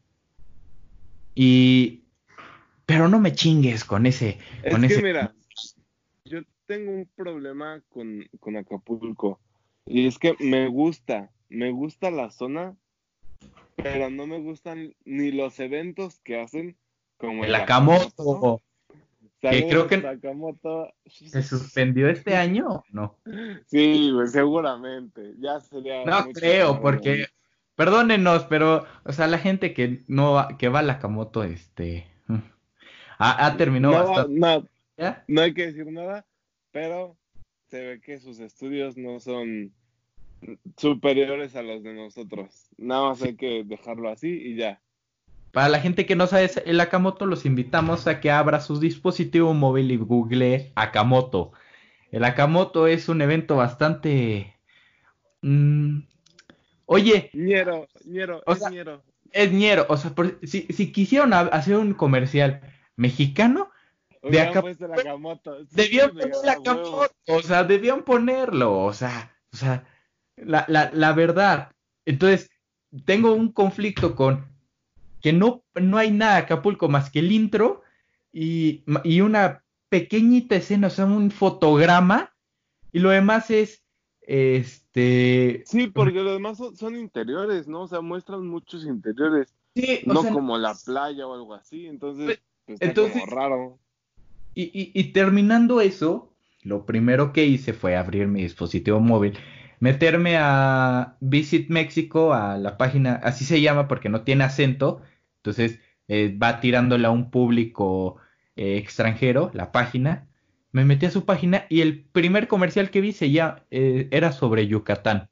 y, pero no me chingues con ese, Es con que ese. mira, yo tengo un problema con Acapulco. Y es que me gusta la zona, pero no me gustan ni los eventos que hacen, como El el Akamoto. Akamoto, que creo Saludos, que Akamoto. se suspendió este año, ¿o no? Sí, güey, seguramente. Ya sería No mucho creo, pedirle porque, perdónenos, pero, o sea, la gente que no que va a la Camoto, ha terminado No, bastante. no, ¿Ya? no hay que decir nada, pero se ve que sus estudios no son superiores a los de nosotros. Nada más Sí. hay que dejarlo así y ya. Para la gente que no sabe el Akamoto, los invitamos a que abra su dispositivo móvil y google Akamoto. El Akamoto es un evento bastante... mm, oye, o Es sea, ñero. es ñero, o sea, si quisieron hacer un comercial mexicano de Hubieran Akamoto, puesto la Kamoto. debían Sí, poner a la huevo. Camoto, o sea, debían ponerlo, la verdad. Entonces, tengo un conflicto con que no hay nada de Acapulco más que el intro y una pequeñita escena, o sea, un fotograma, y lo demás es, Sí, porque los demás son interiores, ¿no? O sea, muestran muchos interiores, sí, o no sea, como la playa o algo así. Entonces, pues, pues, está como entonces, raro. y terminando eso, lo primero que hice fue abrir mi dispositivo móvil, meterme a Visit México, a la página, así se llama porque no tiene acento, entonces va tirándole a un público extranjero, la página. Me metí a su página y el primer comercial que vi era sobre Yucatán.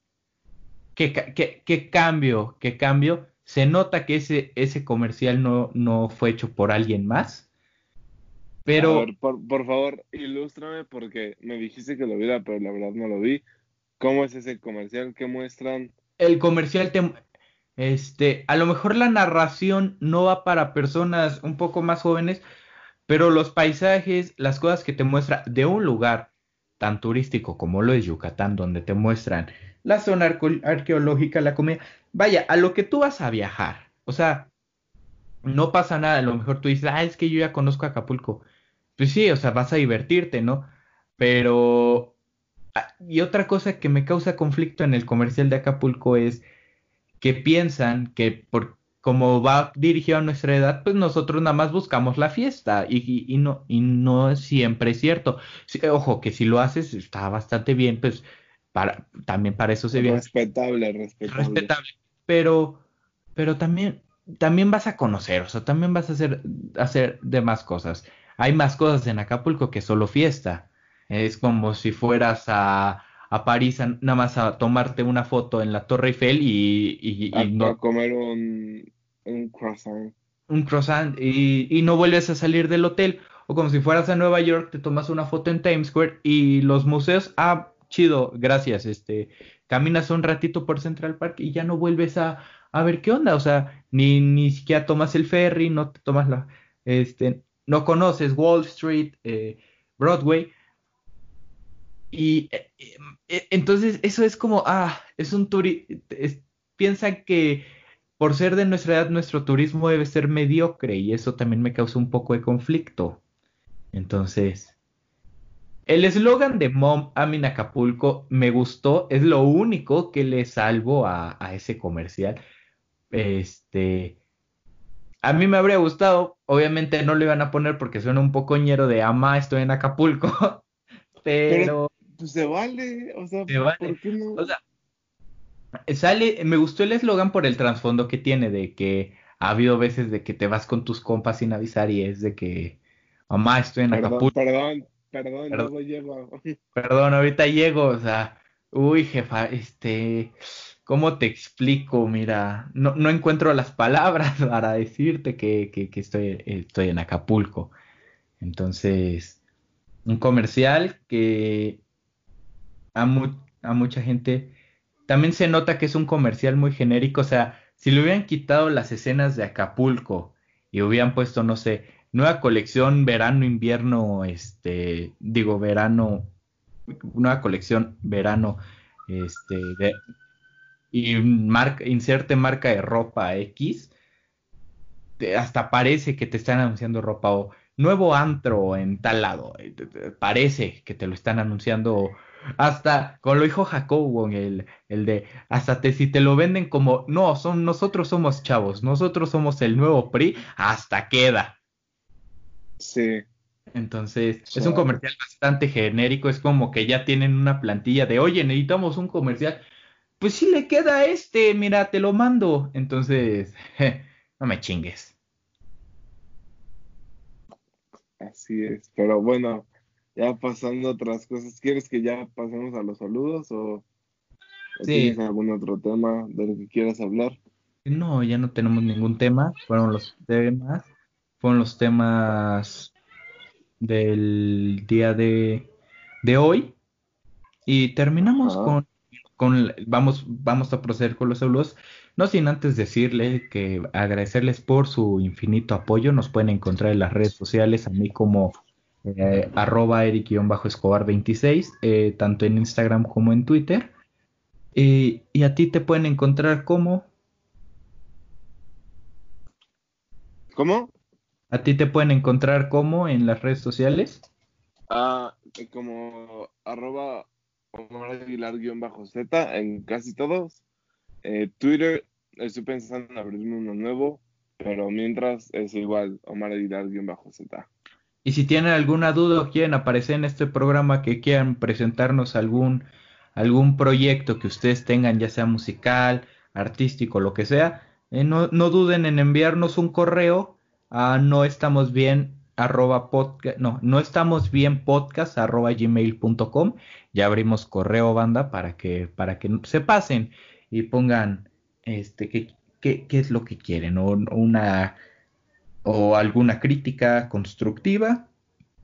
¿Qué cambio? Se nota que ese comercial no fue hecho por alguien más. A Pero ver, por favor, ilústrame porque me dijiste que lo viera, pero la verdad no lo vi. ¿Cómo es ese comercial? ¿Qué muestran? el comercial a lo mejor la narración no va para personas un poco más jóvenes, pero los paisajes, las cosas que te muestra de un lugar tan turístico como lo es Yucatán, donde te muestran la zona arqueológica, la comida, vaya, a lo que tú vas a viajar. O sea, no pasa nada, a lo mejor tú dices, es que yo ya conozco Acapulco. Pues sí, o sea, vas a divertirte, ¿no? Pero... y otra cosa que me causa conflicto en el comercial de Acapulco es que piensan que por como va dirigido a nuestra edad, pues nosotros nada más buscamos la fiesta y no siempre es cierto. Sí, ojo, que si lo haces está bastante bien, pues también para eso se viaja, Respetable, es respetable. respetable, pero, pero también vas a conocer, o sea, también vas a hacer demás cosas. Hay más cosas en Acapulco que solo fiesta. Es como si fueras a París nada más a tomarte una foto en la Torre Eiffel A, y a no comer un croissant. un croissant y no vuelves a salir del hotel. O como si fueras a Nueva York, te tomas una foto en Times Square y los museos, chido, gracias. Caminas un ratito por Central Park y ya no vuelves a ver qué onda. O sea, ni siquiera tomas el ferry, no te tomas no conoces Wall Street, Broadway. Y entonces eso es como, es un piensan que por ser de nuestra edad nuestro turismo debe ser mediocre y eso también me causa un poco de conflicto. Entonces, el eslogan de Mom I'm in Acapulco me gustó, es lo único que le salvo a ese comercial. Este, a mí me habría gustado, obviamente no lo iban a poner porque suena un poco ñero de ama, estoy en Acapulco, Pero pero pues se vale, o sea, me vale. ¿por qué no? O sea, me gustó el eslogan por el trasfondo que tiene, de que ha habido veces de que te vas con tus compas sin avisar y es de que, mamá, estoy en Perdón, Acapulco, perdón, perdón, perdón, luego llego. perdón, ahorita llego, o sea, uy, jefa, ¿cómo te explico? Mira, no encuentro las palabras para decirte que estoy en Acapulco. Entonces, un comercial que a mucha gente también se nota que es un comercial muy genérico. O sea, si le hubieran quitado las escenas de Acapulco y hubieran puesto, no sé, nueva colección verano, invierno, verano, nueva colección verano, y inserte marca de ropa X, hasta parece que te están anunciando ropa o nuevo antro en tal lado. Parece que te lo están anunciando. Hasta, como lo dijo Jacobo, el de, si te lo venden como, no, nosotros somos chavos, nosotros somos el nuevo PRI, hasta queda. Sí, Entonces, es un chale. comercial bastante genérico, es como que ya tienen una plantilla de, oye, necesitamos un comercial. Pues sí le queda a mira, te lo mando. Entonces, no me chingues. Así es. Pero bueno, ya pasando a otras cosas, ¿quieres que ya pasemos a los saludos o Sí, tienes algún otro tema del que quieras hablar? no, ya no tenemos ningún tema. Fueron los temas del día de hoy. Y terminamos Ajá. vamos a proceder con los saludos. No sin antes decirle que agradecerles por su infinito apoyo. Nos pueden encontrar en las redes sociales, a mí como @Eric-Escobar26, tanto en Instagram como en Twitter. Y a ti te pueden encontrar como, ¿Cómo? a ti te pueden encontrar como en las redes sociales. Como arroba Omar Aguilar-Z en casi todos. Twitter, estoy pensando en abrirme uno nuevo, pero mientras es igual, Omar Aguilar-Z. Y si tienen alguna duda o quieren aparecer en este programa, que quieran presentarnos algún proyecto que ustedes tengan, ya sea musical, artístico, lo que sea, no duden en enviarnos un correo a no estamos bien no estamos bien podcast @gmail.com. Ya abrimos correo, banda, para que se pasen y pongan qué es lo que quieren o alguna crítica constructiva.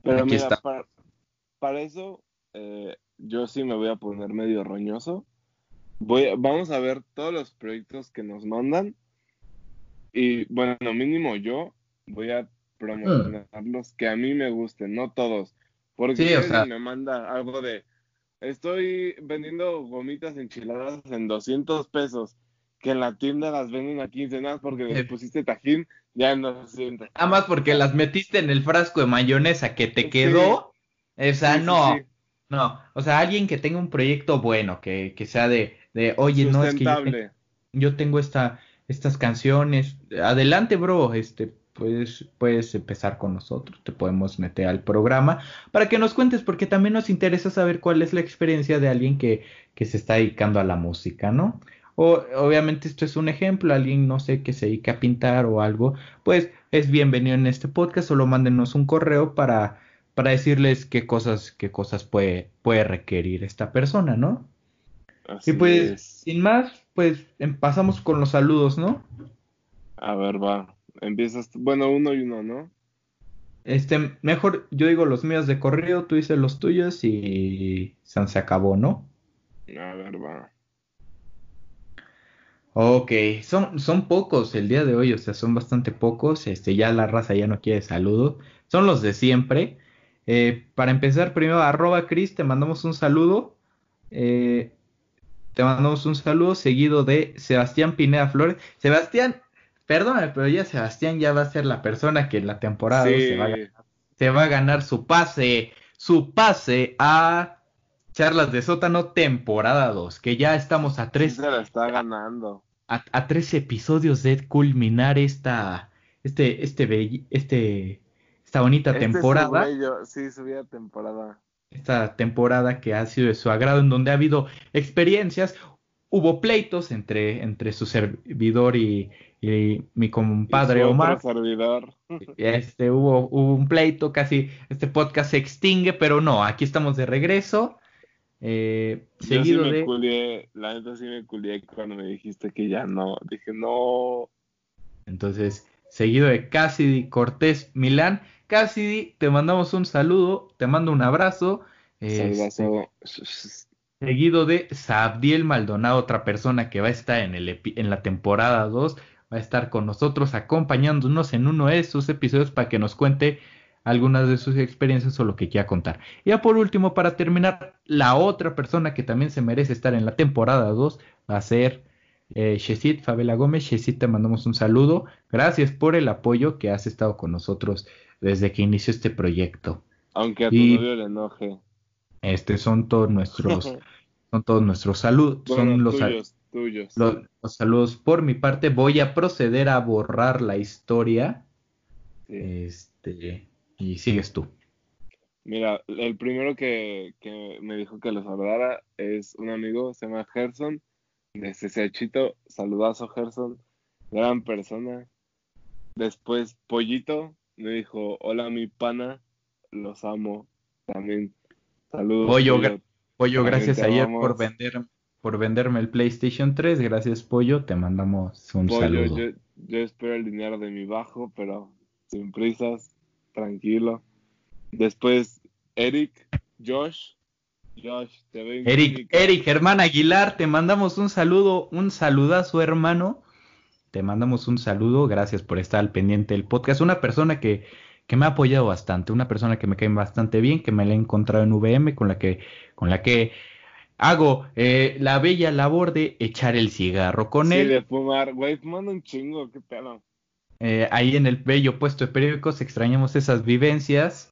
Pero Aquí mira, está. para eso, yo sí me voy a poner medio roñoso. Vamos a ver todos los proyectos que nos mandan. Y bueno, mínimo yo voy a promocionar los que a mí me gusten, no todos. Porque Sí, si o sea, alguien me manda algo de, estoy vendiendo gomitas enchiladas en 200 pesos, que en la tienda las venden a 15 nada porque les pusiste tajín, ya no siento. nada más O porque sea, las metiste en el frasco de mayonesa que te sí, quedó. O sea, sí. no. O sea, alguien que tenga un proyecto bueno, que sea oye, no, es que Sustentable. yo tengo estas canciones. Adelante, bro. Puedes empezar con nosotros. Te podemos meter al programa para que nos cuentes, porque también nos interesa saber cuál es la experiencia de alguien que se está dedicando a la música, ¿no? Obviamente esto es un ejemplo, alguien, no sé, que se dedica a pintar o algo, pues es bienvenido en este podcast, solo mándenos un correo para decirles qué cosas puede requerir esta persona, ¿no? Y Así pues, es. sin más, pues pasamos con los saludos, ¿no? A ver, va. Empiezas tú. Bueno, uno y uno, ¿no? Mejor yo digo los míos de corrido, tú dices los tuyos y se acabó, ¿no? A ver, va. Ok, son pocos el día de hoy, o sea, son bastante pocos, ya la raza ya no quiere saludos, son los de siempre. Para empezar, primero, @Chris, te mandamos un saludo, eh, seguido de Sebastián Pineda Flores. Sebastián, perdóname, pero ya Sebastián ya va a ser la persona que en la temporada 2 Sí, se va a ganar su pase a Charlas de Sótano temporada 2, que ya estamos a sí tres se la está ganando. a tres episodios de culminar esta bonita Este es su temporada, bello, sí, su vida temporada. esta temporada que ha sido de su agrado, en donde ha habido experiencias, hubo pleitos entre su servidor y mi Y su compadre otro Omar. servidor. Hubo un pleito, casi este podcast se extingue, pero no, aquí estamos de regreso, Yo sí seguido me de culié, la neta sí me culié cuando me dijiste que ya no. Dije, no. Entonces, seguido de Cassidy Cortés Milán. Cassidy, te mandamos un saludo, te mando un abrazo. Salvazo. Seguido de Sabdiel Maldonado, otra persona que va a estar en la temporada 2, va a estar con nosotros acompañándonos en uno de sus episodios para que nos cuente algunas de sus experiencias o lo que quiera contar. Y ya por último, para terminar, la otra persona que también se merece estar en la temporada 2 va a ser Shesit Fabela Gómez. Shesit, te mandamos un saludo. Gracias por el apoyo que has estado con nosotros desde que inició este proyecto. Aunque a tu Y novio le enoje. son todos nuestros saludos, Bueno, son tuyos. los saludos por mi parte. Voy a proceder a borrar la historia. Sí. Y sigues tú. Mira, el primero que me dijo que lo saludara es un amigo, se llama Gerson, de CCHito. Saludazo, Gerson. Gran persona. Después, Pollito me dijo, hola, mi pana, los amo. También, saludos, Pollo, Pollo. Pollo, También gracias te ayer por amamos. venderme el PlayStation 3. Gracias, Pollo. Te mandamos un Pollo, saludo. yo espero el dinero de mi bajo, pero sin prisas, tranquilo. Después, Eric, Josh, te veo en química. Eric, Germán Aguilar, te mandamos un saludo, un saludazo, hermano. Te mandamos un saludo, gracias por estar al pendiente del podcast. Una persona que me ha apoyado bastante, una persona que me cae bastante bien, que me la he encontrado en VM, con la que hago la bella labor de echar el cigarro con Sí, él. de fumar, güey, fumando un chingo, qué pedo. Ahí en el bello puesto de periódicos extrañamos esas vivencias,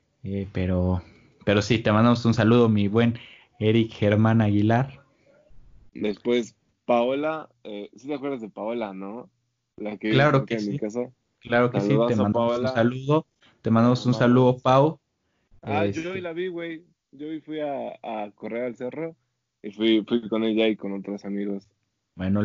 pero sí, te mandamos un saludo, mi buen Eric Germán Aguilar. Después, Paola, ¿sí te acuerdas de Paola, no? La que vive Claro cerca que de mi sí, casa. claro que sí, te Saludazo, mandamos un Paola, saludo, te te mandamos un saludo, amamos. Pau. Ah, yo hoy Este, la vi, güey. Yo hoy fui a correr al cerro y fui con ella y con otros amigos. Bueno,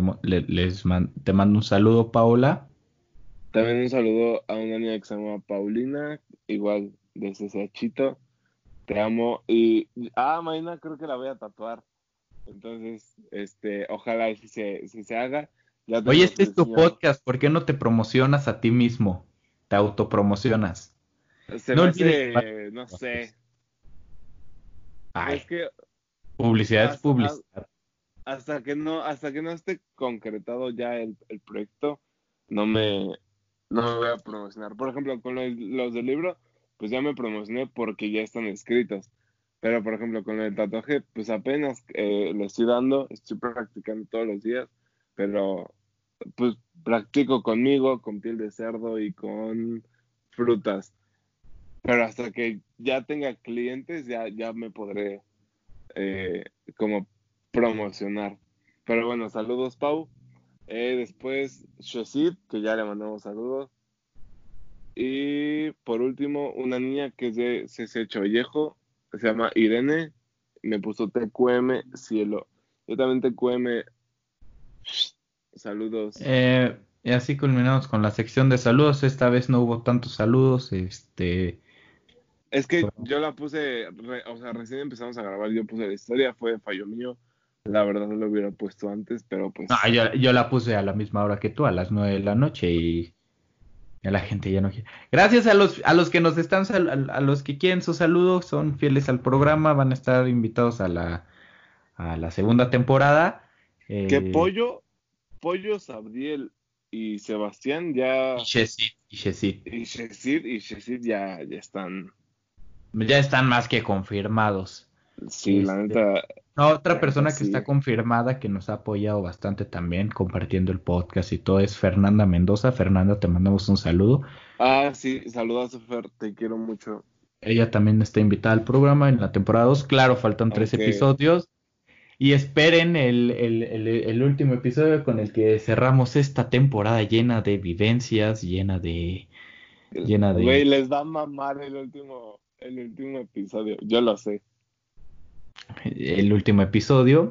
te mando un saludo, Paola. También un saludo a una niña que se llama Paulina, igual de CCHito. Te amo. Mañana creo que la voy a tatuar. Entonces, ojalá y si se haga, ya Oye, tengo este su es tu diseño. podcast, ¿por qué no te promocionas a ti mismo? Te autopromocionas. Se No me olvides. hace, no sé. Ay, Es que publicidad es hasta, publicidad. hasta que no esté concretado ya el proyecto, no me, no me voy a promocionar. Por ejemplo, con los del libro, pues ya me promocioné porque ya están escritos. Pero, por ejemplo, con el tatuaje, pues apenas le estoy dando, estoy practicando todos los días, pero pues practico conmigo, con piel de cerdo y con frutas. Pero hasta que ya tenga clientes, ya me podré eh, como promocionar. Pero bueno, saludos, Pau. Después, Shosid, que ya le mandamos saludos. Y por último, una niña que es de CC Vallejo, que se llama Irene, me puso TQM Cielo. Yo también TQM, saludos. Y así culminamos con la sección de saludos. Esta vez no hubo tantos saludos. Es que yo la puse, o sea, recién empezamos a grabar, yo puse la historia, fue fallo mío. La verdad no lo hubiera puesto antes, pero No, pues... yo la puse a la misma hora que tú, a las 9 de la noche, y ya la gente ya no quiere. Gracias a los que nos están, a los que quieren sus saludos, son fieles al programa, van a estar invitados a la segunda temporada. Que Eh, Pollo, Sabdiel y Sebastián ya... y Shesid. Y Shesid ya están... Ya están más que confirmados. Sí, la neta, Otra persona que sí. está confirmada que nos ha apoyado bastante también compartiendo el podcast y todo es Fernanda Mendoza. Fernanda, te mandamos un saludo. Ah, sí, saludos, Fer, te quiero mucho. Ella también está invitada al programa en la temporada 2. Claro, faltan 3 Aunque episodios. Y esperen el último episodio con el que cerramos esta temporada llena de vivencias, llena güey, de les va a mamar el último episodio, yo lo sé. el último episodio.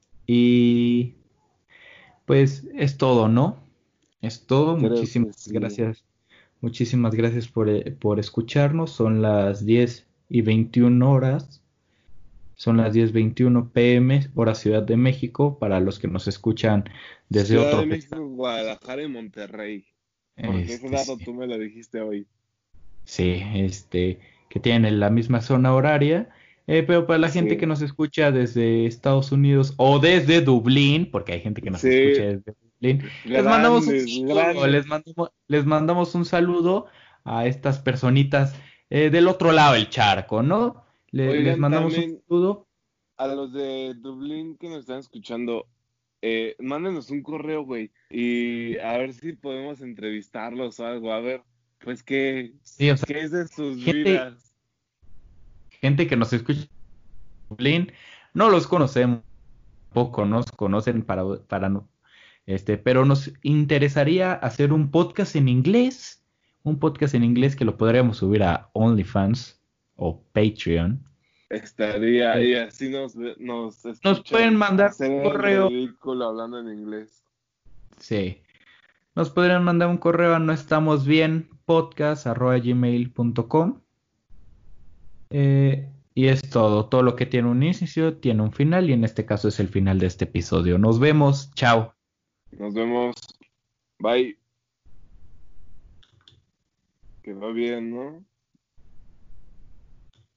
Y pues es todo, ¿no? Es todo. Creo Muchísimas que sí. gracias. Muchísimas gracias por escucharnos. Son las 10:21 horas. Son las 10:21 p.m. hora Ciudad de México. Para los que nos escuchan desde Ciudad de otros México, estados. Guadalajara y Monterrey. Porque ese Este, dato sí, tú me lo dijiste hoy. sí, que tienen la misma zona horaria. Pero para la gente que Sí, nos escucha desde Estados Unidos o desde Dublín, porque hay gente que nos escucha sí, desde Dublín, les mandamos un grandes, saludo, grandes. les mandamos un saludo a estas personitas del otro lado del charco, ¿no? Les Oigan, mandamos un también saludo. a los de Dublín que nos están escuchando, mándenos un correo, güey, y a ver si podemos entrevistarlos o algo, a ver, pues qué, Sí, o sea, qué es de sus gente, vidas. gente que nos escucha en Dublín, no los conocemos, poco nos conocen para no, pero nos interesaría hacer un podcast en inglés que lo podríamos subir a OnlyFans o Patreon. Estaría, Eh, y así nos Nos pueden escuchan mandar hacer un el correo, ridículo hablando en inglés. sí, nos podrían mandar un correo a noestamosbienpodcast@gmail.com. Y es todo lo que tiene un inicio tiene un final y en este caso es el final de este episodio. Nos vemos, chao. Nos vemos, bye. Que va bien, ¿no?